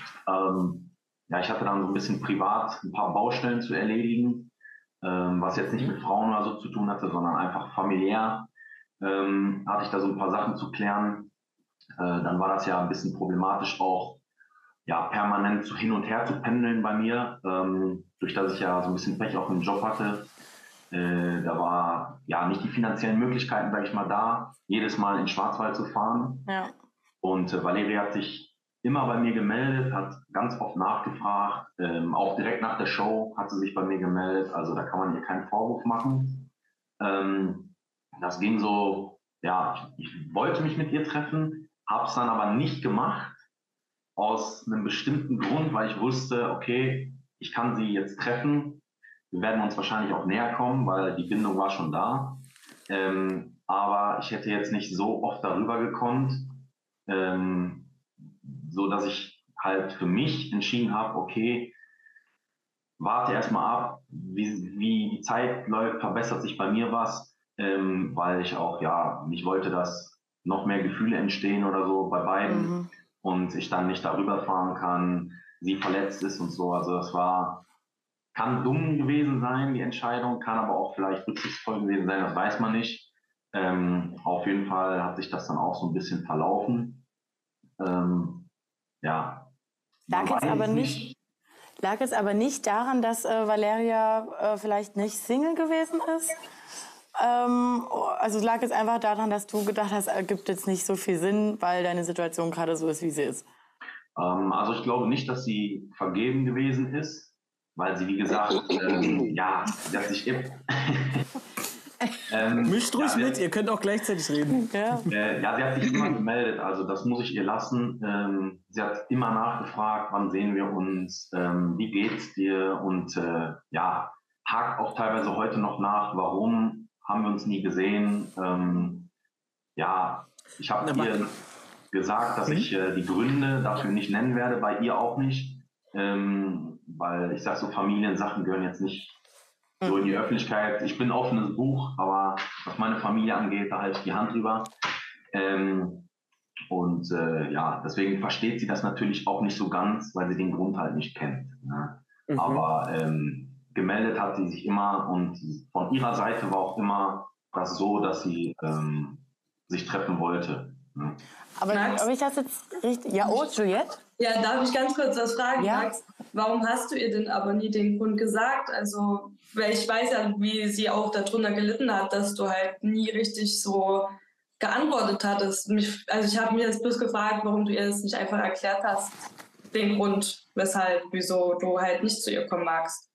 Ähm, ja, ich hatte dann so ein bisschen privat ein paar Baustellen zu erledigen, ähm, was jetzt nicht mit Frauen oder so zu tun hatte, sondern einfach familiär. Ähm, hatte ich da so ein paar Sachen zu klären. Äh, dann war das ja ein bisschen problematisch auch, ja, permanent so hin und her zu pendeln bei mir, ähm, durch das ich ja so ein bisschen Pech auch im Job hatte. Äh, da war ja nicht die finanziellen Möglichkeiten, sage ich mal, da, jedes Mal in den Schwarzwald zu fahren. Ja. Und äh, Valeria hat sich immer bei mir gemeldet, hat ganz oft nachgefragt, ähm, auch direkt nach der Show hat sie sich bei mir gemeldet, also da kann man ihr keinen Vorwurf machen. Ähm, das ging so, ja, ich, ich wollte mich mit ihr treffen, habe es dann aber nicht gemacht, aus einem bestimmten Grund, weil ich wusste, okay, ich kann sie jetzt treffen, wir werden uns wahrscheinlich auch näher kommen, weil die Bindung war schon da. Ähm, aber ich hätte jetzt nicht so oft darüber gekonnt, ähm, so dass ich halt für mich entschieden habe, okay, warte erstmal ab, wie, wie die Zeit läuft, verbessert sich bei mir was, ähm, weil ich auch, ja, nicht wollte, dass noch mehr Gefühle entstehen oder so bei beiden mhm. und ich dann nicht darüber fahren kann, sie verletzt ist und so. Also das war, kann dumm gewesen sein, die Entscheidung, kann aber auch vielleicht rücksichtsvoll gewesen sein, das weiß man nicht. Ähm, auf jeden Fall hat sich das dann auch so ein bisschen verlaufen. Ähm, ja. Lag es aber nicht, lag es aber nicht daran, dass äh, Valeria äh, vielleicht nicht Single gewesen ist? Ähm, also lag es einfach daran, dass du gedacht hast, ergibt jetzt nicht so viel Sinn, weil deine Situation gerade so ist, wie sie ist? Ähm, also ich glaube nicht, dass sie vergeben gewesen ist, weil sie, wie gesagt, ähm, ja, sie hat sich eben... ähm, Mischt ruhig ja, mit, hat, ihr könnt auch gleichzeitig reden. Ja. Äh, ja, sie hat sich immer gemeldet, also das muss ich ihr lassen. Ähm, sie hat immer nachgefragt, wann sehen wir uns, ähm, wie geht's dir und äh, ja, hakt auch teilweise heute noch nach, warum haben wir uns nie gesehen. Ähm, ja, ich habe ihr gesagt, dass ich äh, die Gründe dafür nicht nennen werde, bei ihr auch nicht, ähm, weil ich sage, so Familiensachen gehören jetzt nicht so in die Öffentlichkeit. Ich bin ein offenes Buch, aber was meine Familie angeht, da halte ich die Hand drüber. Ähm, und äh, ja, deswegen versteht sie das natürlich auch nicht so ganz, weil sie den Grund halt nicht kennt. Ne? Mhm. Aber ähm, gemeldet hat sie sich immer und von ihrer Seite war auch immer das so, dass sie ähm, sich treffen wollte. Ne? Aber Max? Ob ich das jetzt richtig... Ja, oh, Juliette? Ja, darf ich ganz kurz was fragen, ja? Max? Warum hast du ihr denn aber nie den Grund gesagt? Also, weil ich weiß ja, wie sie auch darunter gelitten hat, dass du halt nie richtig so geantwortet hattest. Mich, also ich habe mir jetzt bloß gefragt, warum du ihr das nicht einfach erklärt hast, den Grund, weshalb, wieso du halt nicht zu ihr kommen magst.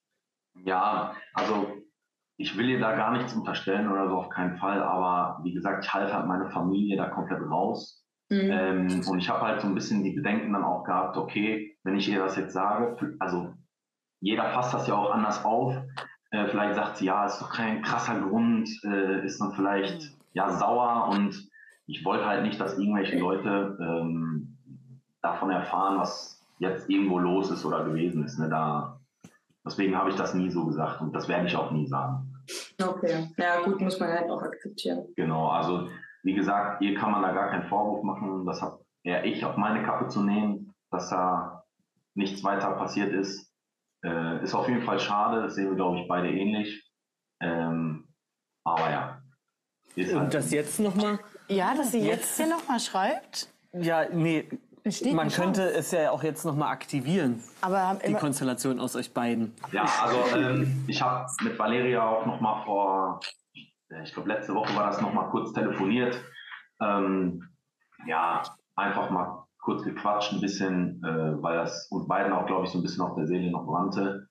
Ja, also ich will ihr da gar nichts unterstellen oder so, auf keinen Fall, aber wie gesagt, ich halte halt meine Familie da komplett raus. Mhm. Ähm, und ich habe halt so ein bisschen die Bedenken dann auch gehabt, okay, wenn ich ihr das jetzt sage, also jeder fasst das ja auch anders auf, äh, vielleicht sagt sie, ja, ist doch kein krasser Grund, äh, ist dann vielleicht mhm. ja sauer und ich wollte halt nicht, dass irgendwelche Leute ähm, davon erfahren, was jetzt irgendwo los ist oder gewesen ist. Ne? Da, deswegen habe ich das nie so gesagt und das werde ich auch nie sagen. Okay, ja gut, muss man halt auch akzeptieren. Genau, also wie gesagt, ihr kann man da gar keinen Vorwurf machen. Das habe eher ich auf meine Kappe zu nehmen, dass da nichts weiter passiert ist. Äh, ist auf jeden Fall schade, das sehen wir, glaube ich, beide ähnlich. Ähm, aber ja. Und halt das jetzt nochmal? Ja, dass sie jetzt hier nochmal schreibt? Ja, nee. Man könnte es ja auch jetzt nochmal aktivieren, aber die Konstellation aus euch beiden. Ja, also ähm, ich habe mit Valeria auch nochmal vor, ich glaube letzte Woche war das nochmal kurz telefoniert. Ähm, ja, einfach mal kurz gequatscht ein bisschen, äh, weil das uns beiden auch, glaube ich, so ein bisschen auf der Seele noch brannte.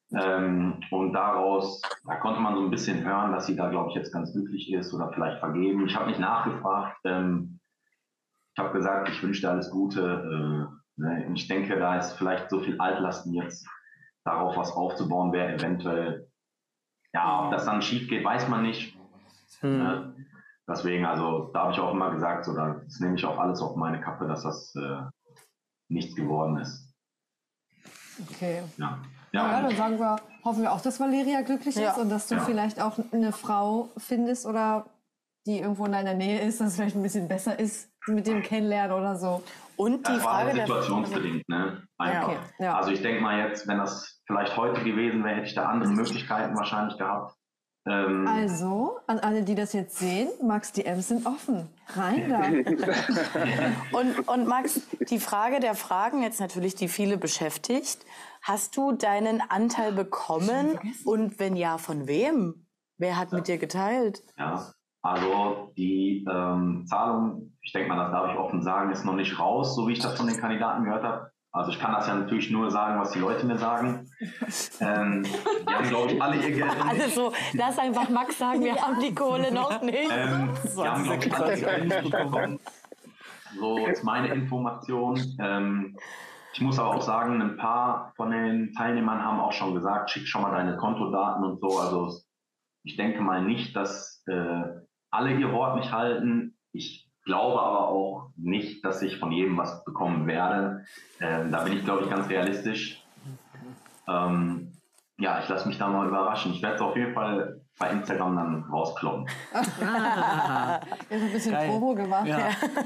Ähm, und daraus, da konnte man so ein bisschen hören, dass sie da, glaube ich, jetzt ganz glücklich ist oder vielleicht vergeben. Ich habe nicht nachgefragt. Ähm, Ich habe gesagt, ich wünsche dir alles Gute. Äh, ne? Und ich denke, da ist vielleicht so viel Altlasten jetzt, darauf was aufzubauen wäre, eventuell. Ja, ob das dann schief geht, weiß man nicht. Hm. Ne? Deswegen, also da habe ich auch immer gesagt, so, das nehme ich auch alles auf meine Kappe, dass das äh, nichts geworden ist. Okay. Ja. Ja, Ja, ja, dann sagen wir, hoffen wir auch, dass Valeria glücklich Ja. ist und dass du Ja. vielleicht auch eine Frau findest oder die irgendwo in deiner Nähe ist, dass es vielleicht ein bisschen besser ist mit dem Kennenlernen oder so. Und die das war Frage halt der situationsbedingt, ne? Einfach. Okay, ja. Also ich denke mal jetzt, wenn das vielleicht heute gewesen wäre, hätte ich da andere Möglichkeiten wahrscheinlich gehabt. Ähm, Also, an alle, die das jetzt sehen, Max D Ms sind offen. Rein da. Und, und Max, die Frage der Fragen jetzt natürlich, die viele beschäftigt. Hast du deinen Anteil bekommen? Und wenn ja, von wem? Wer hat mit dir geteilt? Ja, also die ähm, Zahlung, ich denke mal, das darf ich offen sagen, ist noch nicht raus, so wie ich das von den Kandidaten gehört habe. Also ich kann das ja natürlich nur sagen, was die Leute mir sagen. Ähm, die haben, glaube ich, alle ihr Geld noch nicht. Also so, lass einfach Max sagen, wir haben die Kohle noch nicht. Ähm, die haben, glaube ich, alle ihr Geld nicht bekommen. So ist meine Information. Ähm, ich muss aber auch sagen, ein paar von den Teilnehmern haben auch schon gesagt, schick schon mal deine Kontodaten und so. Also ich denke mal nicht, dass äh, alle ihr Wort nicht halten. Ich glaube aber auch nicht, dass ich von jedem was bekommen werde. Ähm, da bin ich, glaube ich, ganz realistisch. Ähm, ja, ich lasse mich da mal überraschen. Ich werde es auf jeden Fall bei Instagram dann rauskloppen. Ah, ich habe ein bisschen Geil. Promo gemacht. Ja.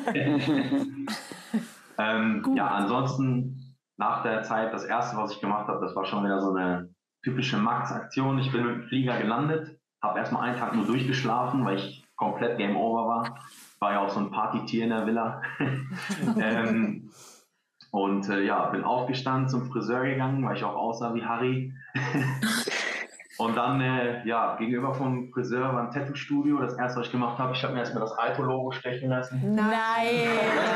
ähm, ja, ansonsten nach der Zeit, das erste, was ich gemacht habe, das war schon wieder so eine typische Max-Aktion. Ich bin mit dem Flieger gelandet, habe erstmal einen Tag nur durchgeschlafen, weil ich komplett Game Over war. War ja auch so ein Partytier in der Villa. ähm, und äh, ja, bin aufgestanden, zum Friseur gegangen, weil ich auch aussah wie Harry. Und dann, äh, ja, gegenüber vom Friseur war ein Tattoo-Studio. Das erste, was ich gemacht habe, ich habe mir erstmal das Aito-Logo stechen lassen. Nein!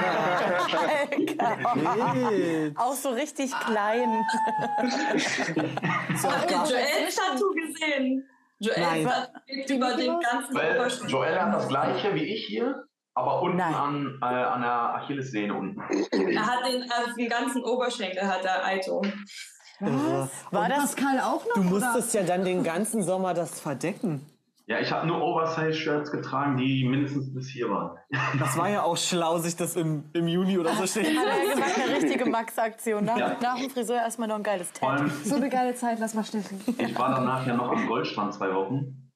Auch so richtig klein. Habt ihr Joels Tattoo gesehen? Joel Nein. geht über den ganzen Weil Oberschenkel. Joel hat das gleiche wie ich hier, aber unten Nein. an, äh, an der Achillessehne unten. Er hat den, auf den ganzen Oberschenkel hat er Aito. Irre. War Und das Pascal auch noch? Du oder? musstest ja dann den ganzen Sommer das verdecken. Ja, ich habe nur Oversize-Shirts getragen, die mindestens bis hier waren. Das war ja auch schlau, sich das im, im Juni oder so steht. hat er gesagt, eine richtige Max-Aktion? Nach, Ja. nach dem Friseur erstmal noch ein geiles Vor Tattoo. allem, So eine geile Zeit, lass mal stechen. ich war danach ja noch am Goldstrand zwei Wochen.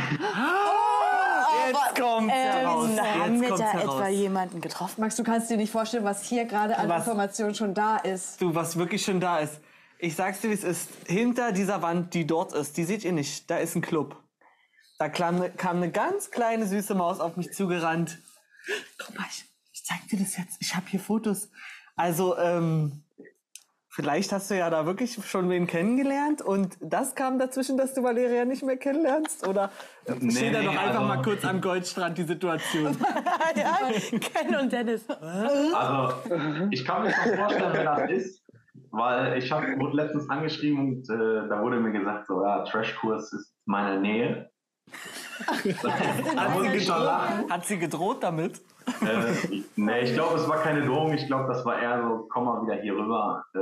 Jetzt kommt's heraus. Ähm, haben Jetzt wir kommt's da heraus. etwa jemanden getroffen? Max, du kannst dir nicht vorstellen, was hier gerade an Was? Informationen schon da ist. Du, was wirklich schon da ist. Ich sag's dir, wie es ist. Hinter dieser Wand, die dort ist, die seht ihr nicht. Da ist ein Club. Da kam, kam eine ganz kleine süße Maus auf mich zugerannt. Guck mal, ich, ich zeig dir das jetzt. Ich habe hier Fotos. Also, ähm, vielleicht hast du ja da wirklich schon wen kennengelernt und das kam dazwischen, dass du Valeria nicht mehr kennenlernst? Oder Nee, steht da nee, doch einfach also- mal kurz am Goldstrand die Situation? ja, Ken und Dennis. Also, ich kann mir schon vorstellen, wer das ist, weil ich habe wurde letztens angeschrieben und äh, da wurde mir gesagt, so, ja, Trashkurs ist in meiner Nähe. Hat sie, schon lachen. gedroht, hat sie gedroht damit? Äh, nee, ich glaube, es war keine Drohung. Ich glaube, das war eher so, komm mal wieder hier rüber. Äh,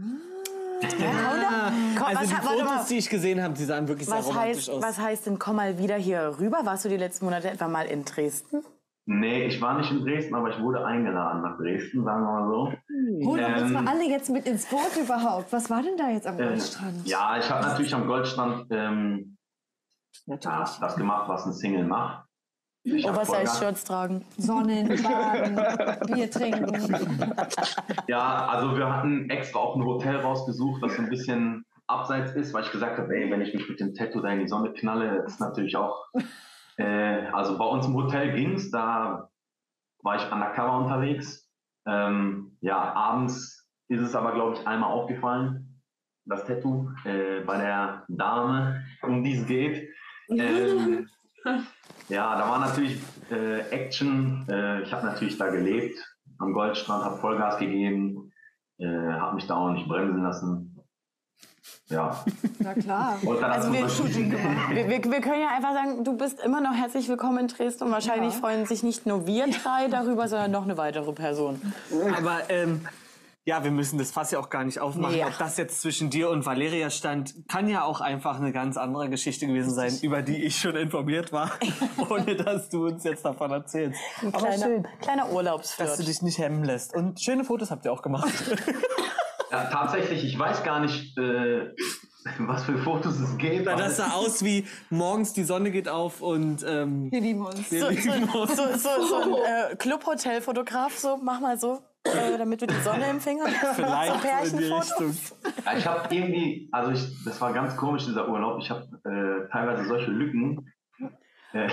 Komm, Also was, die ha- warte mal. Fotos, die ich gesehen habe, die sahen wirklich sehr Was romantisch heißt, aus. was heißt denn, komm mal wieder hier rüber? Warst du die letzten Monate etwa mal in Dresden? nee, ich war nicht in Dresden, aber ich wurde eingeladen nach Dresden, sagen wir mal so. Hol doch uns Ähm, mal alle jetzt mit ins Boot überhaupt. Was war denn da jetzt am Äh, Goldstrand? ja, ich habe natürlich am Goldstrand ähm, ja, Natürlich. das gemacht, was ein Single macht. Ich hab Vollgas- Oversize-Shirts tragen. Sonnen, Baden, Bier trinken. Ja, also wir hatten extra auch ein Hotel rausgesucht, das so ein bisschen abseits ist, weil ich gesagt habe, ey, wenn ich mich mit dem Tattoo da in die Sonne knalle, ist natürlich auch, äh, also bei uns im Hotel ging's, da war ich undercover unterwegs. Ähm, ja, abends ist es aber, glaube ich, einmal aufgefallen, das Tattoo, äh, bei der Dame, um die es geht. Ähm, ja, da war natürlich äh, Action. Äh, ich habe natürlich da gelebt, am Goldstrand, habe Vollgas gegeben, äh, habe mich da auch nicht bremsen lassen. Ja. Na klar. Und dann Also hat wir, man Shooting gemacht. wir, wir, wir können ja einfach sagen, du bist immer noch herzlich willkommen in Dresden und wahrscheinlich Ja. freuen sich nicht nur wir drei darüber, sondern noch eine weitere Person. Aber ähm, ja, wir müssen das Fass ja auch gar nicht aufmachen. Ja. Ob das jetzt zwischen dir und Valeria stand, kann ja auch einfach eine ganz andere Geschichte gewesen sein, über die ich schon informiert war, ohne dass du uns jetzt davon erzählst. Aber Kleiner, schön, kleiner dass du Urlaubsflirt. dich nicht hemmen lässt. Und schöne Fotos habt ihr auch gemacht. Ja, tatsächlich, ich weiß gar nicht, äh, was für Fotos es geht. Na, das sah aus wie morgens die Sonne geht auf und ähm, Wir lieben uns. wir So, lieben so, uns. so, so, so ein äh, Clubhotel-Fotograf, so, mach mal so, äh, damit du die Sonne im Finger hast. Vielleicht So so in die Pärchenfoto. Richtung. Ja, ich habe irgendwie, also ich, das war ganz komisch, dieser Urlaub. Ich habe äh, teilweise solche Lücken. Äh,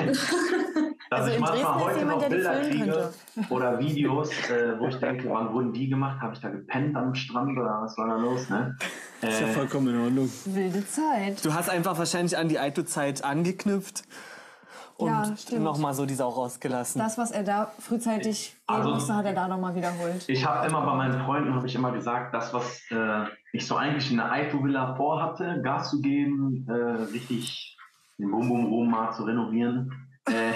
dass Also ich in manchmal Dresden ist heute jemand, noch der die Bilder füllen kriege könnte. oder Videos, äh, wo ich denke, wann wurden die gemacht? Habe ich da gepennt am Strand oder was war da los? Ne? Ist ja Äh, vollkommen in Ordnung. Wilde Zeit. Du hast einfach wahrscheinlich an die Aito-Zeit angeknüpft und Ja, stimmt. nochmal so die Sau rausgelassen. Das, was er da frühzeitig gehen Also- musste, hat er da nochmal wiederholt. Ich habe immer bei meinen Freunden habe ich immer gesagt, das was äh, ich so eigentlich in der Aito-Villa vorhatte, Gas zu geben, äh, richtig den Bum Bum Rum mal zu renovieren. Äh,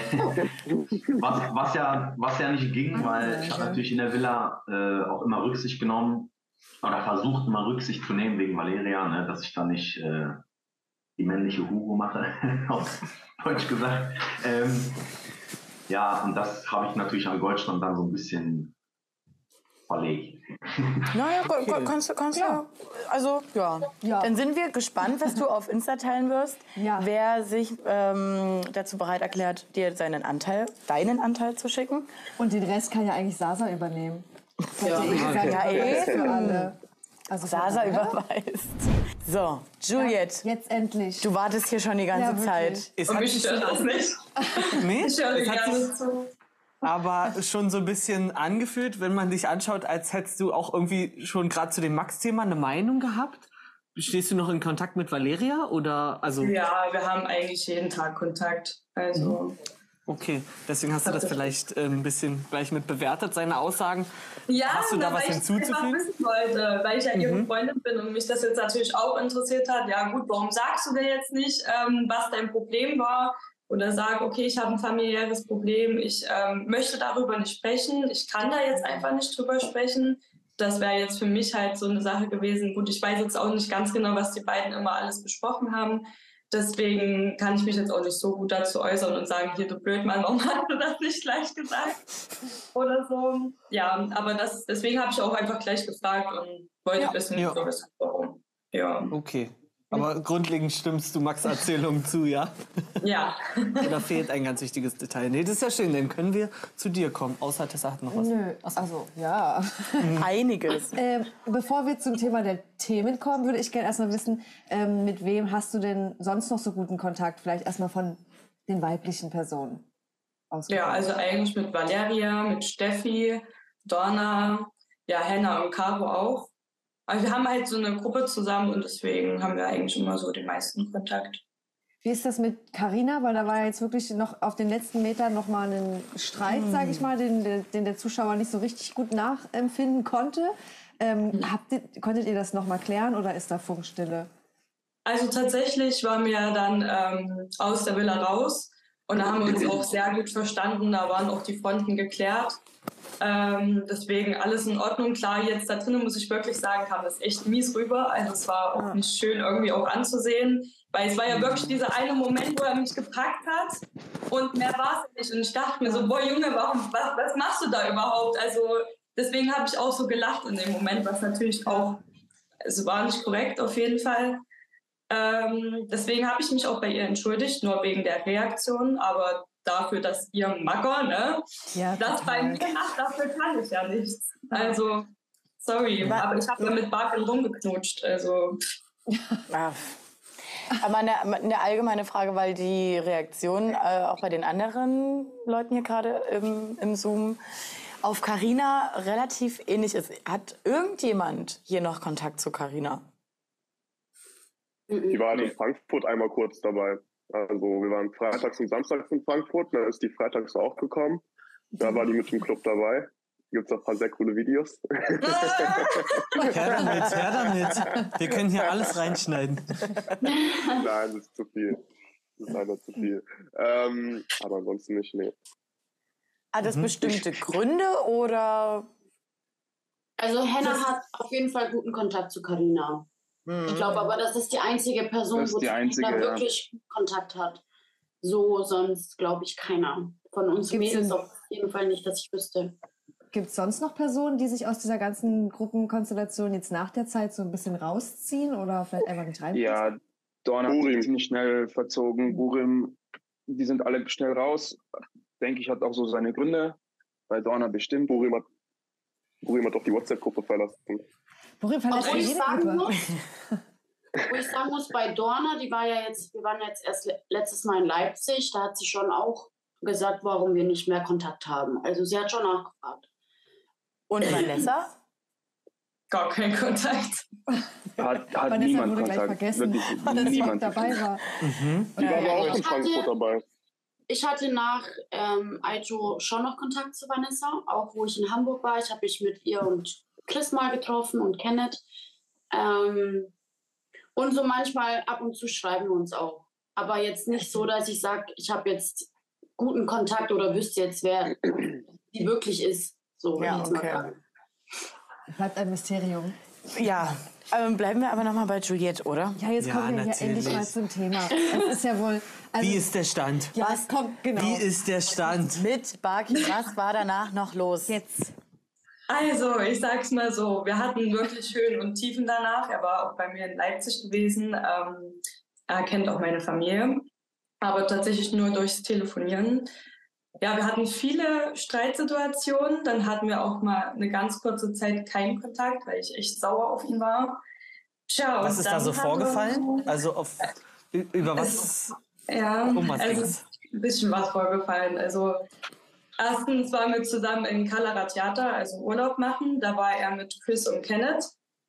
was, was, ja, was ja nicht ging, weil ich habe natürlich in der Villa äh, auch immer Rücksicht genommen oder versucht immer Rücksicht zu nehmen wegen Valeria, ne, dass ich da nicht äh, die männliche Hure mache, auf Deutsch gesagt. Ähm, ja, und das habe ich natürlich an Goldstrand dann so ein bisschen verlegt. Naja, okay. kannst du, kannst Ja. du, also ja. Ja. Dann sind wir gespannt, was du auf Insta teilen wirst. Ja. Wer sich ähm, dazu bereit erklärt, dir seinen Anteil, deinen Anteil zu schicken. Und den Rest kann ja eigentlich Sasa übernehmen. Das Ja. hat ja eh gesagt, Ja, das ist für eben. alle. Also von Sasa daher- überweist. So, Juliette, Jetzt endlich. du wartest hier schon die ganze Ja, wirklich. Zeit. Es Und hat mich sich stört das nicht. nee, Ich höre es hat gerne sich zu. aber schon so ein bisschen angefühlt, wenn man dich anschaut, als hättest du auch irgendwie schon gerade zu dem Max-Thema eine Meinung gehabt. Stehst du noch in Kontakt mit Valeria oder also? Ja, wir haben eigentlich jeden Tag Kontakt. Also. Okay, deswegen hast du das vielleicht äh, ein bisschen gleich mit bewertet, seine Aussagen. Ja, Hast du da na, was weil hinzuzufügen? Ich einfach wissen wollte, weil ich ja ihre Freundin bin und mich das jetzt natürlich auch interessiert hat. Ja gut, warum sagst du dir jetzt nicht, ähm, was dein Problem war? Oder sag, okay, ich habe ein familiäres Problem, ich ähm, möchte darüber nicht sprechen, ich kann da jetzt einfach nicht drüber sprechen. Das wäre jetzt für mich halt so eine Sache gewesen. Gut, ich weiß jetzt auch nicht ganz genau, was die beiden immer alles besprochen haben. Deswegen kann ich mich jetzt auch nicht so gut dazu äußern und sagen, hier, du Blödmann, warum hast du das nicht gleich gesagt? Oder so. Ja, aber das, deswegen habe ich auch einfach gleich gefragt und wollte Ja. wissen, Ja. so, weshalb, warum. Ja. Okay, aber grundlegend stimmst du Max' Erzählung zu, ja? Ja. Oder fehlt ein ganz wichtiges Detail? Nee, das ist ja schön, dann können wir zu dir kommen. Außer Tessa hat noch was. Nö, also ja. Einiges. Ähm, bevor wir zum Thema der Themen kommen, würde ich gerne erstmal wissen, ähm, mit wem hast du denn sonst noch so guten Kontakt? Vielleicht erstmal von den weiblichen Personen. Ja, also eigentlich mit Valeria, mit Steffi, Donna, ja, Henna und Caro auch. Also wir haben halt so eine Gruppe zusammen und deswegen haben wir eigentlich immer so den meisten Kontakt. Wie ist das mit Carina? Weil da war ja jetzt wirklich noch auf den letzten Metern noch mal ein Streit, sage ich mal, den, den, den der Zuschauer nicht so richtig gut nachempfinden konnte. Ähm, habt ihr, konntet ihr das noch mal klären oder ist da Funkstille? Also tatsächlich waren wir dann ähm, aus der Villa raus und da haben wir uns auch sehr gut verstanden. Da waren auch die Fronten geklärt. Ähm, deswegen alles in Ordnung. Klar, jetzt da drinnen muss ich wirklich sagen, kam das echt mies rüber. Also es war auch nicht schön irgendwie auch anzusehen, weil es war ja wirklich dieser eine Moment, wo er mich gepackt hat und mehr war es nicht. Und ich dachte mir so, boah Junge, warum, was, was machst du da überhaupt? Also deswegen habe ich auch so gelacht in dem Moment, was natürlich auch, es war nicht korrekt auf jeden Fall. Ähm, deswegen habe ich mich auch bei ihr entschuldigt, nur wegen der Reaktion, aber dafür, dass ihr Macker, ne, Ja, das bei mir macht, dafür kann ich ja nichts. Also, sorry, aber ich habe ja mit Barken rumgeknutscht, also. Ja. Aber eine, eine allgemeine Frage, weil die Reaktion äh, auch bei den anderen Leuten hier gerade im, im Zoom auf Carina relativ ähnlich ist. Hat irgendjemand hier noch Kontakt zu Carina? Die waren in Frankfurt einmal kurz dabei. Also wir waren freitags und samstags in Frankfurt, dann ist die freitags auch gekommen. Da war die mit dem Club dabei. Gibt es auch ein paar sehr coole Videos. Her damit, her damit. Wir können hier alles reinschneiden. Nein, das ist zu viel. Das ist einfach zu viel. Ähm, aber ansonsten nicht, nee. Hat das bestimmte Gründe oder? Also Henna hat auf jeden Fall guten Kontakt zu Carina. Ich glaube aber, das ist die einzige Person, Das ist wo die einzige, Carina ja. wirklich Kontakt hat. So sonst glaube ich keiner. Von uns Gibt's Mädels denn- auf jeden Fall nicht, dass ich wüsste. Gibt es sonst noch Personen, die sich aus dieser ganzen Gruppenkonstellation jetzt nach der Zeit so ein bisschen rausziehen oder vielleicht einfach nicht reinpassen? Ja, Dorn hat Burim. sich ziemlich schnell verzogen. Burim, die sind alle schnell raus. Denke ich, hat auch so seine Gründe. Bei Dorna bestimmt. Burim hat, Burim hat auch die WhatsApp-Gruppe verlassen. Burim verlässt Obwohl ich jede sagen Gruppe. muss, wo ich sagen muss, bei Dorna, die war ja jetzt, wir waren jetzt erst le- letztes Mal in Leipzig, da hat sie schon auch gesagt, warum wir nicht mehr Kontakt haben. Also sie hat schon nachgefragt. Und Vanessa? Gar kein Kontakt. Hat, hat Vanessa niemand wurde gleich Kontakt. vergessen, Wirklich weil das niemand. dabei war. Mhm. Die war Ja, aber ja, auch ich in Frankfurt hatte- dabei. Ich hatte nach ähm, Aito schon noch Kontakt zu Vanessa, auch wo ich in Hamburg war. Ich habe mich mit ihr und Chris mal getroffen und Kenneth. Ähm, und so manchmal ab und zu schreiben wir uns auch. Aber jetzt nicht so, dass ich sage, ich habe jetzt guten Kontakt oder wüsste jetzt, wer die wirklich ist. So, Ja, würde ich jetzt mal okay. sagen. Bleibt ein Mysterium. Ja, ähm, bleiben wir aber nochmal bei Juliette, oder? Ja, jetzt Ja, kommen wir ja natürlich. endlich mal zum Thema. Es ist ja wohl... Also, Wie ist der Stand? ja, es kommt, genau. Wie ist der Stand? Mit Barkin, was war danach noch los? Jetzt. Also, ich sag's mal so, wir hatten wirklich Höhen und Tiefen danach. Er war auch bei mir in Leipzig gewesen. Ähm, er kennt auch meine Familie, aber tatsächlich nur durchs Telefonieren. Ja, wir hatten viele Streitsituationen. Dann hatten wir auch mal eine ganz kurze Zeit keinen Kontakt, weil ich echt sauer auf ihn war. Tja, Was und ist da dann so haben vorgefallen? wir- Also auf, ü- über was? Ja, Um was also ging's? ein bisschen was vorgefallen. Also erstens waren wir zusammen in Calaratiata, also Urlaub machen. Da war er mit Chris und Kenneth.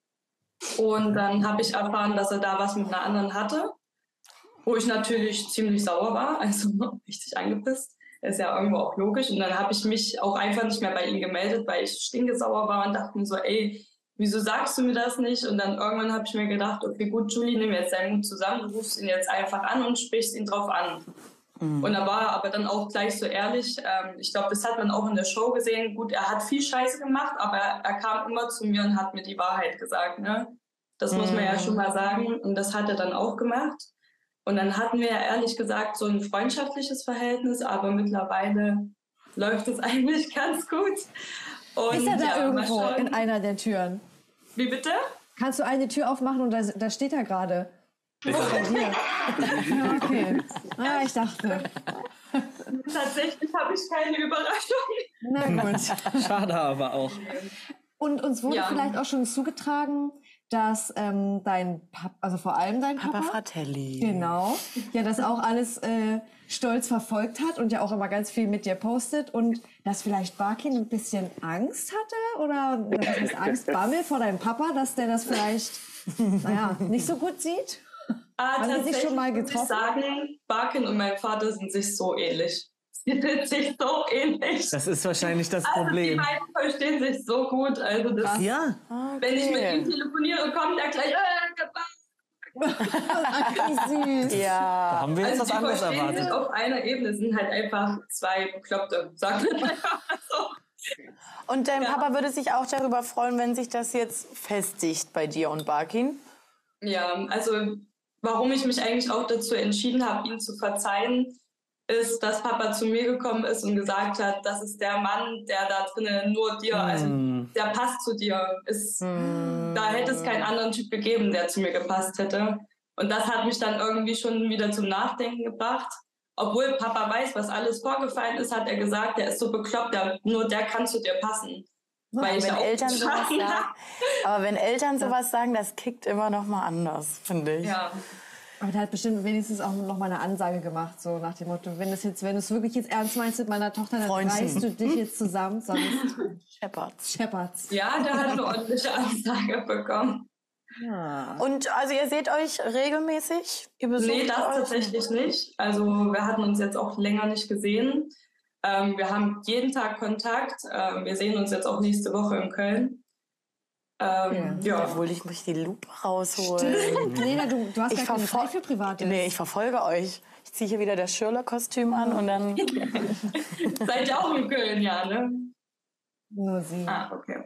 Und dann habe ich erfahren, dass er da was mit einer anderen hatte, wo ich natürlich ziemlich sauer war, also richtig angepisst. Ist ja irgendwo auch logisch. Und dann habe ich mich auch einfach nicht mehr bei ihm gemeldet, weil ich stinkesauer war und dachte mir so, ey, wieso sagst du mir das nicht? Und dann irgendwann habe ich mir gedacht, okay, gut, Julie, nimm jetzt deinen Mut zusammen, du rufst ihn jetzt einfach an und sprichst ihn drauf an. Mhm. Und da war er aber dann auch gleich so ehrlich. Ähm, ich glaube, das hat man auch in der Show gesehen. Gut, er hat viel Scheiße gemacht, aber er, er kam immer zu mir und hat mir die Wahrheit gesagt. Ne? Das muss man ja schon mal sagen. Und das hat er dann auch gemacht. Und dann hatten wir ja ehrlich gesagt so ein freundschaftliches Verhältnis, aber mittlerweile läuft es eigentlich ganz gut. Und Ist er da ja, mal irgendwo schauen. in einer der Türen? Wie bitte? Kannst du eine Tür aufmachen und da, da steht er gerade? Bei dir. Ja, okay. Ah, ich dachte. Tatsächlich habe ich keine Überraschung. Na gut. Schade aber auch. Und uns wurde Ja. vielleicht auch schon zugetragen, dass ähm, dein Papa, also vor allem dein Papa, Papa Fratelli. genau, ja das auch alles äh, stolz verfolgt hat und ja auch immer ganz viel mit dir postet und dass vielleicht Barkin ein bisschen Angst hatte oder was heißt Angst, Bammel vor deinem Papa, dass der das vielleicht, naja, nicht so gut sieht? Ah, Haben die sich schon mal tatsächlich muss ich getroffen? sagen, Barkin und mein Vater sind sich so ähnlich. Sie sind sich so ähnlich. Das ist wahrscheinlich das Also die Problem. beiden verstehen sich so gut. Also das, Ja, wenn ich mit ihm telefoniere, kommt er gleich. Äh, Wie süß. da Ja. haben wir jetzt also was die anderes verstehen sich erwartet. auf einer Ebene, sind halt einfach zwei Bekloppte. Sagt man einfach so. Und dein Ja. Papa würde sich auch darüber freuen, wenn sich das jetzt festigt bei dir und Barkin. Ja, also warum ich mich eigentlich auch dazu entschieden habe, ihn zu verzeihen, ist, dass Papa zu mir gekommen ist und gesagt hat, das ist der Mann, der da drinnen nur dir, also Hm. der passt zu dir. Ist, Hm. Da hätte es keinen anderen Typ gegeben, der zu mir gepasst hätte. Und das hat mich dann irgendwie schon wieder zum Nachdenken gebracht. Obwohl Papa weiß, was alles vorgefallen ist, hat er gesagt, der ist so bekloppt, der, nur der kann zu dir passen. Weil ich Wenn auch Eltern sowas verstanden sagen, habe. aber wenn Eltern sowas sagen, das kickt immer noch mal anders, finde ich. Ja. Aber der hat bestimmt wenigstens auch noch mal eine Ansage gemacht, so nach dem Motto, wenn du es jetzt, wenn du es wirklich jetzt ernst meinst mit meiner Tochter, dann Freundchen. reißt du dich jetzt zusammen, sonst Shepherds. scheppert's. Ja, der hat eine ordentliche Ansage bekommen. Ja. Und also ihr seht euch regelmäßig? Ihr besucht Nee, das euch? tatsächlich nicht. Also wir hatten uns jetzt auch länger nicht gesehen. Ähm, wir haben jeden Tag Kontakt. Ähm, wir sehen uns jetzt auch nächste Woche in Köln. Ähm, ja. Obwohl ich muss die Lupe rausholen. Stimmt. Lena, du, du hast Ich gar keine verfol- Zeit für Privates. Nee, ich verfolge euch. Ich ziehe hier wieder das Schirler-Kostüm an und dann... Seid ihr auch in Köln, ja, ne? Nur sie. Ah, okay.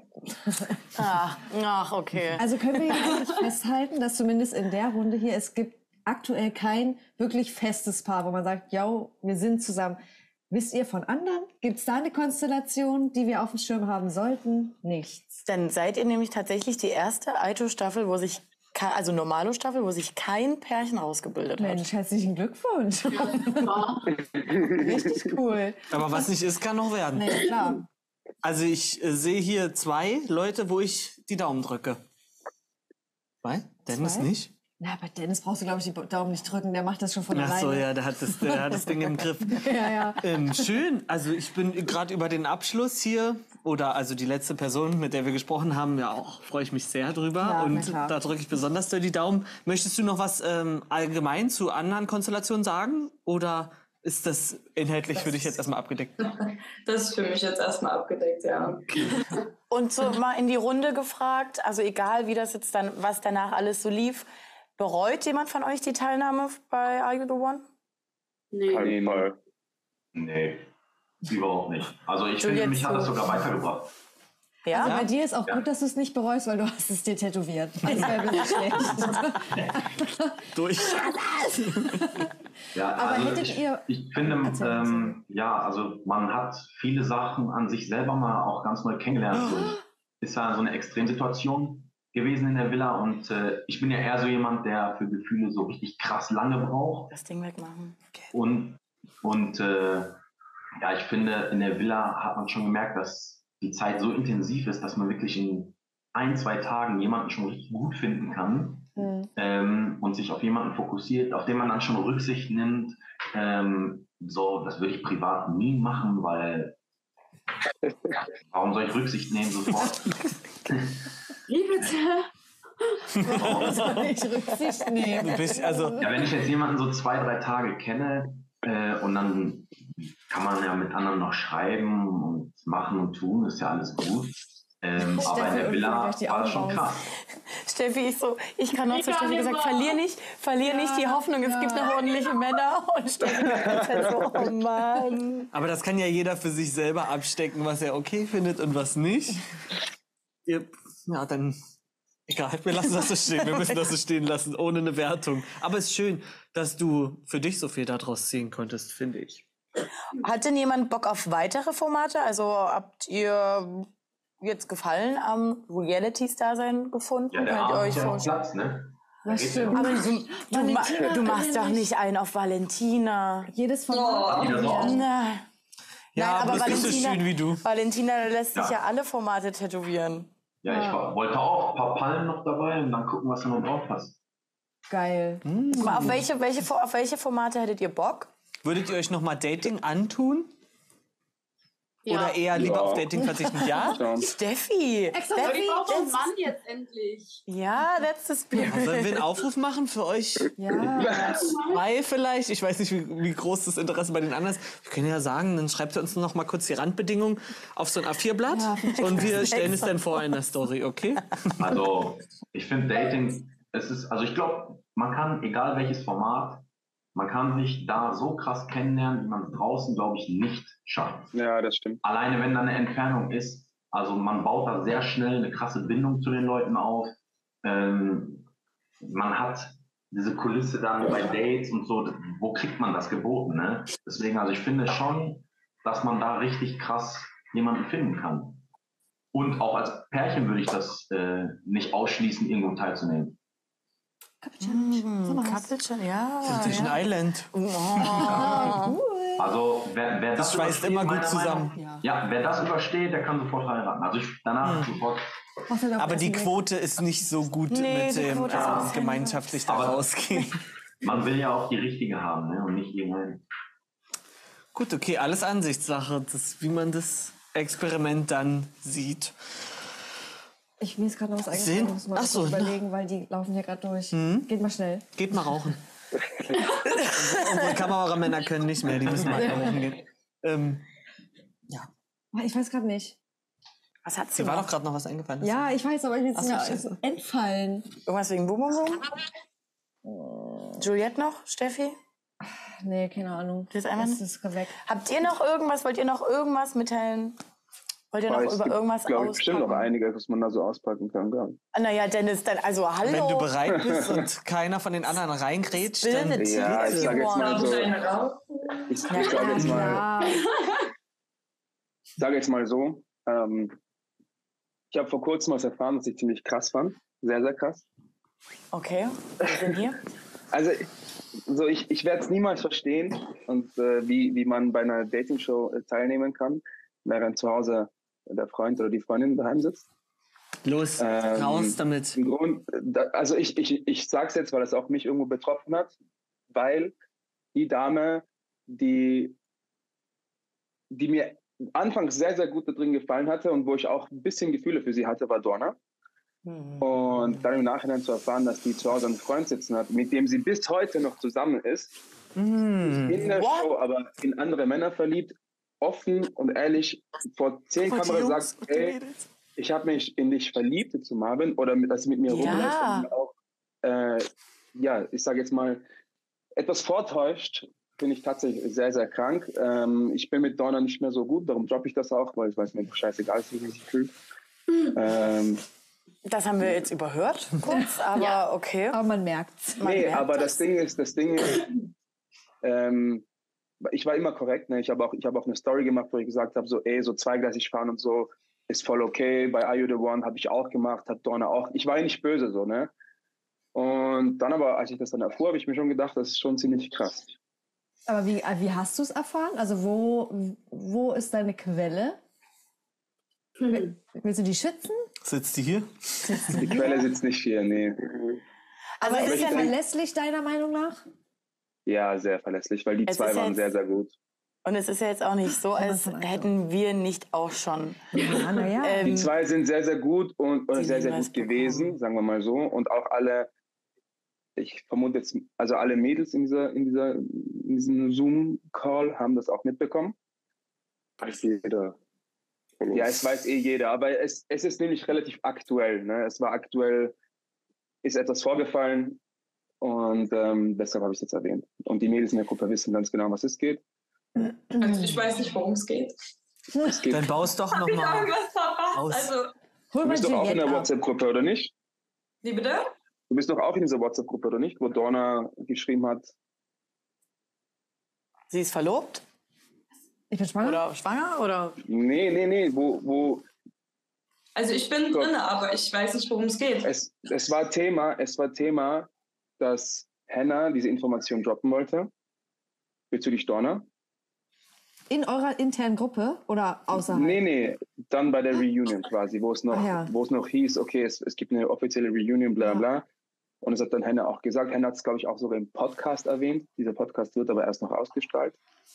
Ach, ach, okay. Also können wir jetzt eigentlich festhalten, dass zumindest in der Runde hier, es gibt aktuell kein wirklich festes Paar, wo man sagt, ja, wir sind zusammen. Wisst ihr von anderen? Gibt es da eine Konstellation, die wir auf dem Schirm haben sollten? Nichts. Dann seid ihr nämlich tatsächlich die erste Aito-Staffel, wo sich, ke- also Normalo-Staffel, wo sich kein Pärchen ausgebildet hat. Mensch, herzlichen Glückwunsch. Richtig cool. Aber was nicht ist, kann noch werden. Nee, klar. Also ich äh, sehe hier zwei Leute, wo ich die Daumen drücke. Zwei? Dennis Zwei? nicht? Na, bei Dennis brauchst du, glaube ich, die Daumen nicht drücken. Der macht das schon von Ach so, alleine. ja, der hat das, der hat das Ding im Griff. Ja, ja. Ähm, schön. Also ich bin gerade über den Abschluss hier, oder also die letzte Person, mit der wir gesprochen haben, ja auch, freue ich mich sehr drüber. Ja, na und klar. da drücke ich besonders doll die Daumen. Möchtest du noch was ähm, allgemein zu anderen Konstellationen sagen? Oder ist das inhaltlich für dich jetzt erstmal abgedeckt? Das ist für mich jetzt erstmal abgedeckt, ja. Und so mal in die Runde gefragt, also egal wie das jetzt dann, was danach alles so lief, bereut jemand von euch die Teilnahme bei Are You The One? Nee. Kein Fall. Nee, überhaupt nicht. Also ich Du finde, jetzt mich hat das so- sogar weitergebracht. Ja? Also bei dir ist auch Ja. gut, dass du es nicht bereust, weil du hast es dir tätowiert. Das wäre ein bisschen schlecht. Durch. Ja, Aber also hättet ich, ihr- ich finde, Erzähl, ähm, ja, also man hat viele Sachen an sich selber mal auch ganz neu kennengelernt. So, ist ja so eine Extremsituation gewesen in der Villa und äh, ich bin ja eher so jemand, der für Gefühle so richtig krass lange braucht. Das Ding wegmachen. Und, und äh, ja, ich finde, in der Villa hat man schon gemerkt, dass die Zeit so intensiv ist, dass man wirklich in ein, zwei Tagen jemanden schon richtig gut finden kann Mhm. ähm, und sich auf jemanden fokussiert, auf den man dann schon Rücksicht nimmt. Ähm, so, das würde ich privat nie machen, weil warum soll ich Rücksicht nehmen sofort? Wie bitte? Warum soll ich Rücksicht nehmen? Du bist also. Ja, wenn ich jetzt jemanden so zwei, drei Tage kenne äh, und dann kann man ja mit anderen noch schreiben und machen und tun, ist ja alles gut. Ähm, aber in Steffi, der Villa irgendwie gleich die war es schon Augen krass. Steffi, ich so, ich kann noch Ich zu kann Steffi nicht gesagt, mehr. verlier nicht, verlier nicht die Hoffnung, es gibt noch ordentliche Männer. Und Steffi die ganze Zeit so, oh Mann. Aber das kann ja jeder für sich selber abstecken, was er okay findet und was nicht. Ihr- Ja, dann egal, wir lassen das so stehen. Wir müssen das so stehen lassen, ohne eine Wertung. Aber es ist schön, dass du für dich so viel daraus ziehen konntest, finde ich. Hat denn jemand Bock auf weitere Formate? Also habt ihr jetzt Gefallen am Reality-Star-Sein gefunden? Ja, der Könnt ihr Abend euch ist ja auch vorstellen? Platz, ne? Das Geht stimmt. ja. Aber du, du, ma- Valentina, du machst kann doch ich- nicht einen auf Valentina. Jedes Format. Hat die das auch? Na. Ja, Nein, aber ist nicht so schön wie du. Valentina lässt sich Ja. ja alle Formate tätowieren. Ja, ich war- wollte auch ein paar Palmen noch dabei und dann gucken, was da noch drauf passt. Geil. Mal Auf welche, welche, auf welche Formate hättet ihr Bock? Würdet ihr euch nochmal Dating antun? Ja. Oder eher lieber Ja. auf Dating verzichten? Ja? Ja. Steffi! Extra Aber That's, ich brauche doch einen that's, Mann jetzt endlich. ja, that's the spirit. Sollen wir einen Aufruf machen für euch? Ja. Zwei vielleicht? Ich weiß nicht, wie, wie groß das Interesse bei den anderen ist. Wir können ja sagen, dann schreibt ihr uns noch mal kurz die Randbedingungen auf so ein A vier Blatt Ja, und wir stellen es dann vor in der Story, okay? Also, ich finde Dating, es ist, also ich glaube, man kann, egal welches Format, man kann sich da so krass kennenlernen, wie man es draußen, glaube ich, nicht schafft. Ja, das stimmt. Alleine wenn da eine Entfernung ist, also man baut da sehr schnell eine krasse Bindung zu den Leuten auf. Ähm, man hat diese Kulisse dann bei Dates und so, wo kriegt man das geboten, ne? Deswegen, also ich finde schon, dass man da richtig krass jemanden finden kann. Und auch als Pärchen würde ich das äh, nicht ausschließen, irgendwo teilzunehmen. Hm, Couple, ja. Temptation ja. Island. Oh. Also wer, wer Das das, schweißt übersteht, immer gut meiner zusammen. Meinung nach- Ja, wer das übersteht, der kann sofort heiraten. Also ich, danach sofort. Machst du dann auch Aber die Essen Quote ist nicht so gut Nee, mit die dem Quote ist ähm, auch gemeinschaftlich da Aber- rausgehen. Man will ja auch die richtige haben, ne? Und nicht irgendeinen. Gut, okay, alles Ansichtssache, das, wie man das Experiment dann sieht. Ich, mir ist gerade noch was Sehen? eingefallen, muss mal Ach so, kurz na. überlegen, weil die laufen hier gerade durch. Geht mal schnell. Geht mal rauchen. Unsere Kameramänner können nicht mehr, die müssen mal rauchen gehen. Ähm, Ich weiß gerade nicht. Was hat sie dir war noch? doch gerade noch was eingefallen. Ja, ich weiß, aber ich will Ach es so, mir scheiße. ist entfallen. Irgendwas wegen Bum Bum Bum? Juliette noch? Steffi? Nee, keine Ahnung. Das ist einfach Das nicht- ist weg. Habt ihr noch irgendwas? Wollt ihr noch irgendwas mitteilen? Wollt ihr noch es über gibt, irgendwas glaube ich, bestimmt noch auspacken? einiges, was man da so auspacken kann. Ja. Naja, Dennis, dann, also hallo. Wenn du bereit bist und keiner von den anderen reingrätscht, Spill dann... the Ja, ich tea sag if you jetzt mal want. so, Kleine Rauch. ich, Ja, ich sage jetzt mal, klar. ich sage jetzt mal so, ähm, ich habe vor kurzem was erfahren, was ich ziemlich krass fand. Sehr, sehr krass. Okay, wir sind hier. Also, so ich, ich werde es niemals verstehen, und äh, wie, wie man bei einer Dating-Show äh, teilnehmen kann, während zu Hause der Freund oder die Freundin daheim sitzt. Los, Ähm, raus damit. Im Grund, da, also ich, ich, ich sage es jetzt, weil es auch mich irgendwo betroffen hat, weil die Dame, die, die mir anfangs sehr, sehr gut da drin gefallen hatte und wo ich auch ein bisschen Gefühle für sie hatte, war Dorna. Hm. Und dann im Nachhinein zu erfahren, dass die zu Hause einen Freund sitzen hat, mit dem sie bis heute noch zusammen ist, Mm. in der What? Show aber in andere Männer verliebt, offen und ehrlich vor zehn Vor die Kameras Jungs sagt, und die ey, Mädels. ich habe mich in dich verliebt, zu Marvin, oder mit, dass sie mit mir Ja. rumläuft und mir auch, äh, ja, ich sage jetzt mal, etwas vortäuscht, finde ich tatsächlich sehr, sehr krank. Ähm, ich bin mit Dorna nicht mehr so gut, darum droppe ich das auch, weil ich weiß, mir scheißegal ist, wie sich fühlt. Ähm, Das haben wir jetzt überhört, kurz, aber Ja. okay. Aber man merkt's. Man nee, merkt aber das. das Ding ist, das Ding ist, ähm, ich war immer korrekt, ne? Ich habe auch, ich habe auch eine Story gemacht, wo ich gesagt habe, so, ey, so zweigleisig fahren und so ist voll okay. Bei Are You The One habe ich auch gemacht, hat Dorna auch. Ich war ja nicht böse, so, ne? Und dann aber, als ich das dann erfuhr, habe ich mir schon gedacht, das ist schon ziemlich krass. Aber wie, wie hast du es erfahren? Also wo, wo ist deine Quelle? Hm. Willst du die schützen? Sitzt die hier? Die Quelle sitzt nicht hier, nee. Also Aber es ist ist es ja denke- verlässlich deiner Meinung nach? Ja, sehr verlässlich, weil die Es zwei ist waren jetzt- sehr, sehr gut. Und es ist ja jetzt auch nicht so, als hätten wir nicht auch schon. Ja, naja. Ähm, Die zwei sind sehr, sehr gut und oder die sehr, sehr Hinweis gut gewesen, bekommen. sagen wir mal so. Und auch alle, ich vermute jetzt, also alle Mädels in, dieser, in, dieser, in diesem Zoom-Call haben das auch mitbekommen. Weiß jeder. von uns. Ja, es weiß eh jeder, aber es, es ist nämlich relativ aktuell. Ne? Es war aktuell, ist etwas vorgefallen und ähm, deshalb habe ich es jetzt erwähnt. Und die Mädels in der Gruppe wissen ganz genau, was es geht. Also ich weiß nicht, worum es geht. Es geht Dann baust doch Hab ich nochmal irgendwas verpasst? aus. Also, Hol du mal bist doch auch in Juliette der ab. WhatsApp-Gruppe, oder nicht? wie bitte? Du bist doch auch in dieser WhatsApp-Gruppe, oder nicht? Wo Dorna geschrieben hat, Sie ist verlobt Ich bin schwanger. oder schwanger oder? nee, nee, nee, wo, wo Also ich bin Gott. drin, aber ich weiß nicht, worum es geht. es, es war Thema, es war Thema, dass Hannah diese Information droppen wollte bezüglich Dorna. In eurer internen Gruppe oder außerhalb? Nee, nee, dann bei der Reunion quasi, wo es noch, Ah, ja. wo es noch hieß, okay, es, es gibt eine offizielle Reunion, bla Ja. bla. Und es hat dann Hannah auch gesagt. Hannah hat es, glaube ich, auch sogar im Podcast erwähnt. Dieser Podcast wird aber erst noch ausgestrahlt.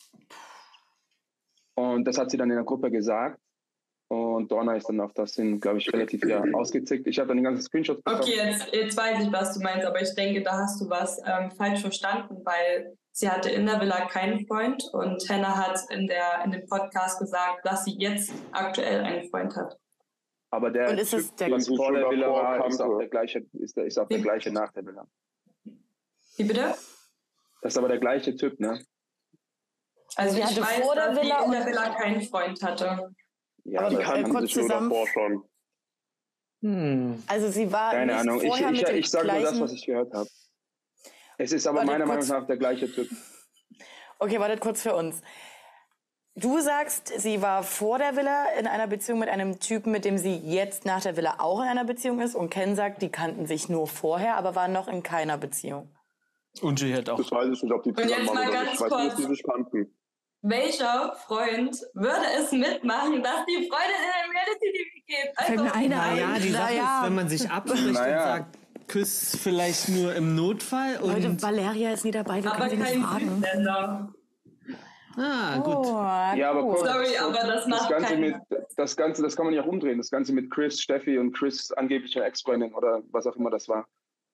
Und das hat sie dann in der Gruppe gesagt. Und Dorna ist dann auf das hin, glaube ich, relativ ja, ausgezickt. Ich habe dann die ganzen Screenshots bekommen. Okay, jetzt, jetzt weiß ich, was du meinst, aber ich denke, da hast du was ähm, falsch verstanden, weil sie hatte in der Villa keinen Freund und Hannah hat in, der, in dem Podcast gesagt, dass sie jetzt aktuell einen Freund hat. Aber der Und ist es Typ, der- was vor der schon Villa davor war, ist kannte. auch der gleiche, ist, der, ist auch der gleiche nach der Villa. Wie bitte? Das ist aber der gleiche Typ, ne? Also Sie ich hatte weiß, vor der dass sie Villa in der und- Villa keinen Freund hatte. Ja, Aber Die äh, das kannten haben kurz sie sich nur zusammen- davor schon. Hm. Also sie war Keine nicht Ahnung. Ich, vorher ich, mit dem ich sage nur das, gleichen... was ich gehört habe. Es ist aber Warte, meiner kurz. Meinung nach der gleiche Typ. Okay, wartet kurz für uns. Du sagst, sie war vor der Villa in einer Beziehung mit einem Typen, mit dem sie jetzt nach der Villa auch in einer Beziehung ist. Und Ken sagt, die kannten sich nur vorher, aber waren noch in keiner Beziehung. Und Juliette auch. Das weiß ich nicht, ob die jetzt zusammen mal waren oder ganz nicht. Ich weiß nur, dass kurz. die sich kannten. Welcher Freund würde es mitmachen, dass die Freundin in ein Reality-T V geht? Fällt mir einer Naja, ein. die Sache Naja. ist, wenn man sich abspricht Naja. und sagt, Küss vielleicht nur im Notfall und... Leute, Valeria ist nie dabei, wir aber können sie nicht kein fragen. Südländer. Ah, gut. Oh, Ja, aber gut. kurz, Sorry, aber das das macht Ganze keinen mit, das Ganze, das kann man ja auch umdrehen. Das Ganze mit Chris, Steffi und Chris angeblicher Ex-Freundin oder was auch immer das war.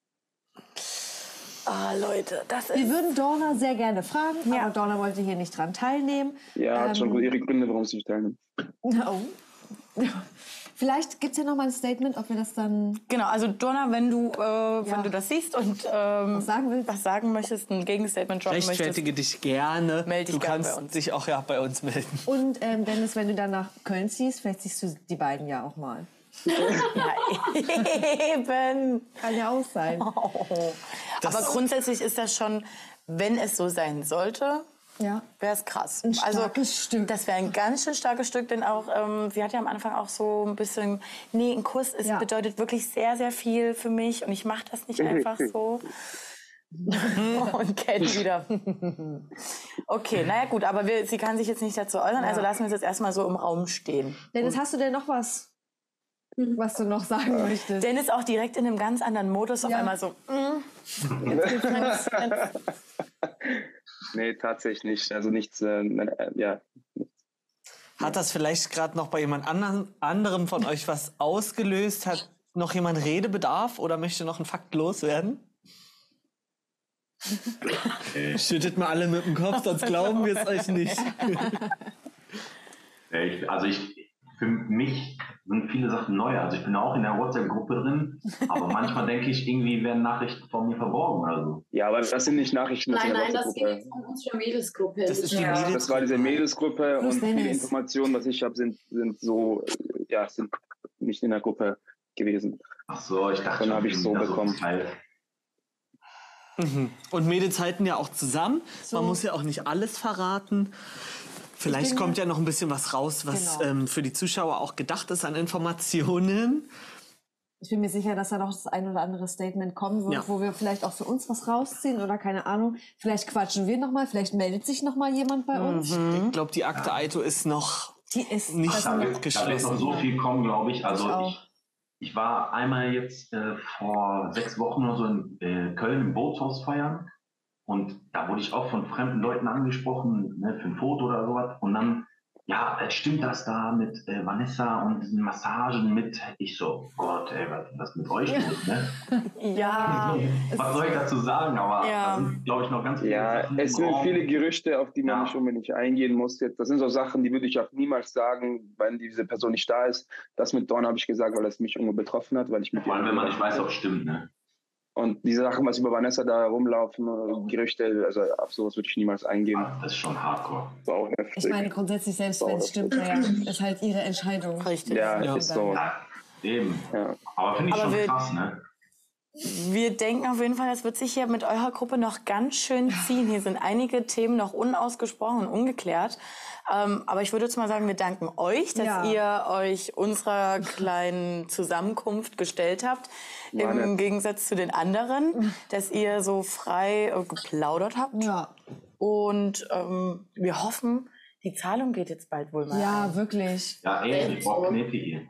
Ah, Leute, das Wir ist... würden Dorna sehr gerne fragen, Ja. aber Dorna wollte hier nicht dran teilnehmen. Ja, hat Ähm, schon ihre Gründe, warum sie nicht teilnimmt. Oh. Vielleicht gibt es ja noch mal ein Statement, ob wir das dann... Genau, also Donna, wenn du, äh, Ja. wenn du das siehst und ähm, Was sagen willst. was sagen möchtest, ein Gegenstatement droppen möchtest. Rechtfertige dich gerne. Meld dich du gerne kannst bei uns. dich auch ja bei uns melden. Und ähm, Dennis, wenn du dann nach Köln ziehst, vielleicht siehst du die beiden ja auch mal. Ja, eben. Kann ja auch sein. Oh. Aber grundsätzlich ist das schon, wenn es so sein sollte, Ja. wäre es krass. Ein starkes Stück. Das wäre ein ganz schön starkes Stück, denn auch, ähm, sie hat ja am Anfang auch so ein bisschen, nee, ein Kuss ist, Ja. bedeutet wirklich sehr, sehr viel für mich und ich mache das nicht einfach so. Und Ken wieder. Okay, naja gut, aber wir, sie kann sich jetzt nicht dazu äußern, also lassen wir es jetzt erstmal so im Raum stehen. Dennis, hast du denn noch was, was du noch sagen möchtest? Dennis auch direkt in einem ganz anderen Modus auf Ja. einmal so, mm, Nee, tatsächlich nicht. Also nichts, äh, äh, ja. Hat das vielleicht gerade noch bei jemand anderen, anderem von euch was ausgelöst? Hat noch jemand Redebedarf oder möchte noch ein Fakt loswerden? Schüttet mal alle mit dem Kopf, sonst glauben wir es euch nicht. Äh, Ich, also ich, für mich sind viele Sachen neu. Also ich bin auch in der WhatsApp-Gruppe drin, aber manchmal denke ich, irgendwie werden Nachrichten von mir verborgen oder so. Ja, aber das sind nicht Nachrichten aus Nein, der nein, das WhatsApp-Gruppe. geht von unserer Mädelsgruppe. Das ist die Ja. Mädels- Das war diese Mädelsgruppe Plus und viele Dennis. Informationen, was ich habe, sind, sind so, äh, ja, sind nicht in der Gruppe gewesen. Ach so, ich dachte Dann schon, habe ich so irgendwie da bekommen. Teil. Mhm. Und Mädels halten ja auch zusammen. So. Man muss ja auch nicht alles verraten. Vielleicht bin kommt ja noch ein bisschen was raus, was Genau. ähm, für die Zuschauer auch gedacht ist an Informationen. Ich bin mir sicher, dass da noch das ein oder andere Statement kommen wird, Ja. wo wir vielleicht auch für uns was rausziehen oder keine Ahnung. Vielleicht quatschen wir noch mal, vielleicht meldet sich noch mal jemand bei uns. Ich glaube, die Akte Aito ist noch Die ist nicht das Da noch- wird, da wird noch geschlossen. so viel kommen, glaube ich. Also Ich auch. ich, ich war einmal jetzt äh, vor sechs Wochen oder so in äh, Köln im Bootshaus feiern und da wurde ich auch von fremden Leuten angesprochen, ne, für ein Foto oder sowas. Und dann, ja, äh, stimmt das da mit äh, Vanessa und diesen Massagen mit? Ich so, Gott, ey, was ist das mit euch los, ne? ja. Was soll ich dazu sagen? Aber Ja. da sind, glaube ich, noch ganz viele Ja, Sachen es im sind Raum. viele Gerüchte, auf die man Ja. nicht unbedingt eingehen muss. Jetzt, das sind so Sachen, die würde ich auch niemals sagen, wenn diese Person nicht da ist. Das mit Dawn habe ich gesagt, weil das mich irgendwo betroffen hat, weil ich mit Vor allem, ihr- wenn man nicht weiß, ob es stimmt, ne? Und diese Sachen, was über Vanessa da rumlaufen, äh, Gerüchte, also auf sowas würde ich niemals eingehen. Das ist schon hardcore. Das war auch heftig. Ich meine, grundsätzlich, selbst wenn es stimmt, naja, ist halt ihre Entscheidung. Richtig. Ja, Ja. ist so. Ja, eben. Ja. Aber finde ich Aber schon wir- krass, ne? Wir denken auf jeden Fall, das wird sich hier mit eurer Gruppe noch ganz schön ziehen. Hier sind einige Themen noch unausgesprochen und ungeklärt. Ähm, aber ich würde jetzt mal sagen, wir danken euch, dass Ja. ihr euch unserer kleinen Zusammenkunft gestellt habt. Im Gerne. Gegensatz zu den anderen, dass ihr so frei äh, geplaudert habt. Ja, Und ähm, wir hoffen, die Zahlung geht jetzt bald wohl mal. ja, wirklich. Ja, ey, ich brauche Knete hier.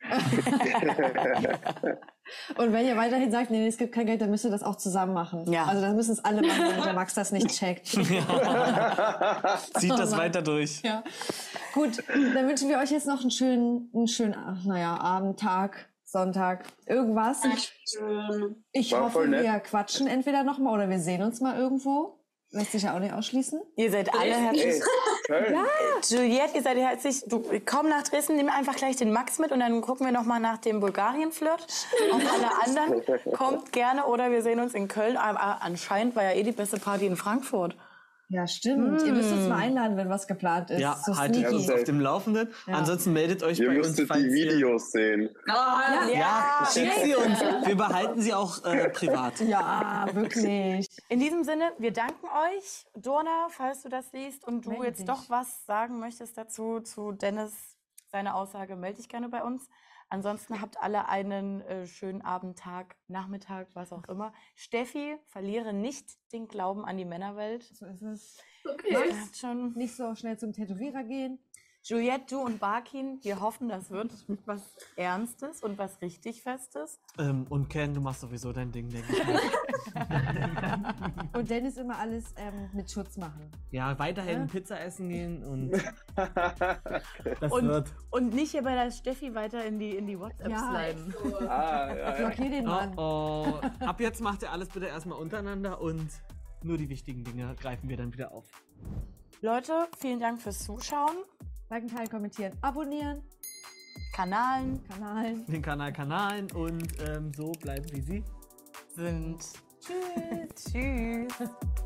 Und wenn ihr weiterhin sagt, nee, es gibt kein Geld, dann müsst ihr das auch zusammen machen. Ja. Also dann müssen es alle machen, damit der Max das nicht checkt. Zieht das Mann. weiter durch. Ja. Gut, dann wünschen wir euch jetzt noch einen schönen, einen schönen, ach, naja, Abend, Tag, Sonntag, irgendwas. Schön. Ich War hoffe, voll nett. wir quatschen entweder noch mal oder wir sehen uns mal irgendwo. Lässt sich ja auch nicht ausschließen. Ihr seid alle herzlich. Ey, Köln. Juliette, ihr seid herzlich. Du komm nach Dresden, nimm einfach gleich den Max mit und dann gucken wir noch mal nach dem Bulgarien-Flirt. Auch alle anderen kommt gerne oder wir sehen uns in Köln. Aber anscheinend war ja eh die beste Party in Frankfurt. Ja, stimmt. Ihr müsst uns mal einladen, wenn was geplant ist. Ja, so haltet uns sneaky. auf dem Laufenden. Ja. Ansonsten meldet euch Ihr bei uns, müsstet falls die ihr... Videos sehen. Ah, Ja, schickt sie uns. Wir behalten sie auch äh, privat. Ja, wirklich. In diesem Sinne, wir danken euch. Dorna, falls du das liest und du Melde jetzt dich. doch was sagen möchtest dazu, zu Dennis, seine Aussage, melde dich gerne bei uns. Ansonsten habt alle einen äh, schönen Abend, Tag, Nachmittag, was auch immer. Steffi, verliere nicht den Glauben an die Männerwelt. So ist es. Okay. Ihr habt schon Nicht so schnell zum Tätowierer gehen. Juliette, du und Barkin, wir hoffen, das wird was Ernstes und was richtig Festes. Ähm, und Ken, du machst sowieso dein Ding, denke ich mal. Und Dennis immer alles ähm, mit Schutz machen. Ja, weiterhin Ja. Pizza essen gehen und das Und, wird... und nicht hier bei der Steffi weiter in die, in die WhatsApp Ja. sliden. Ah, ja, ja. Blockier den Mann. Oh, oh. Ab jetzt macht ihr alles bitte erstmal untereinander und nur die wichtigen Dinge greifen wir dann wieder auf. Leute, vielen Dank fürs Zuschauen. Liken, teilen, kommentieren, abonnieren. Kanalen. Kanalen. Den Kanal Kanalen und ähm, so bleiben wie sie Sind. Tschüss. Tschüss.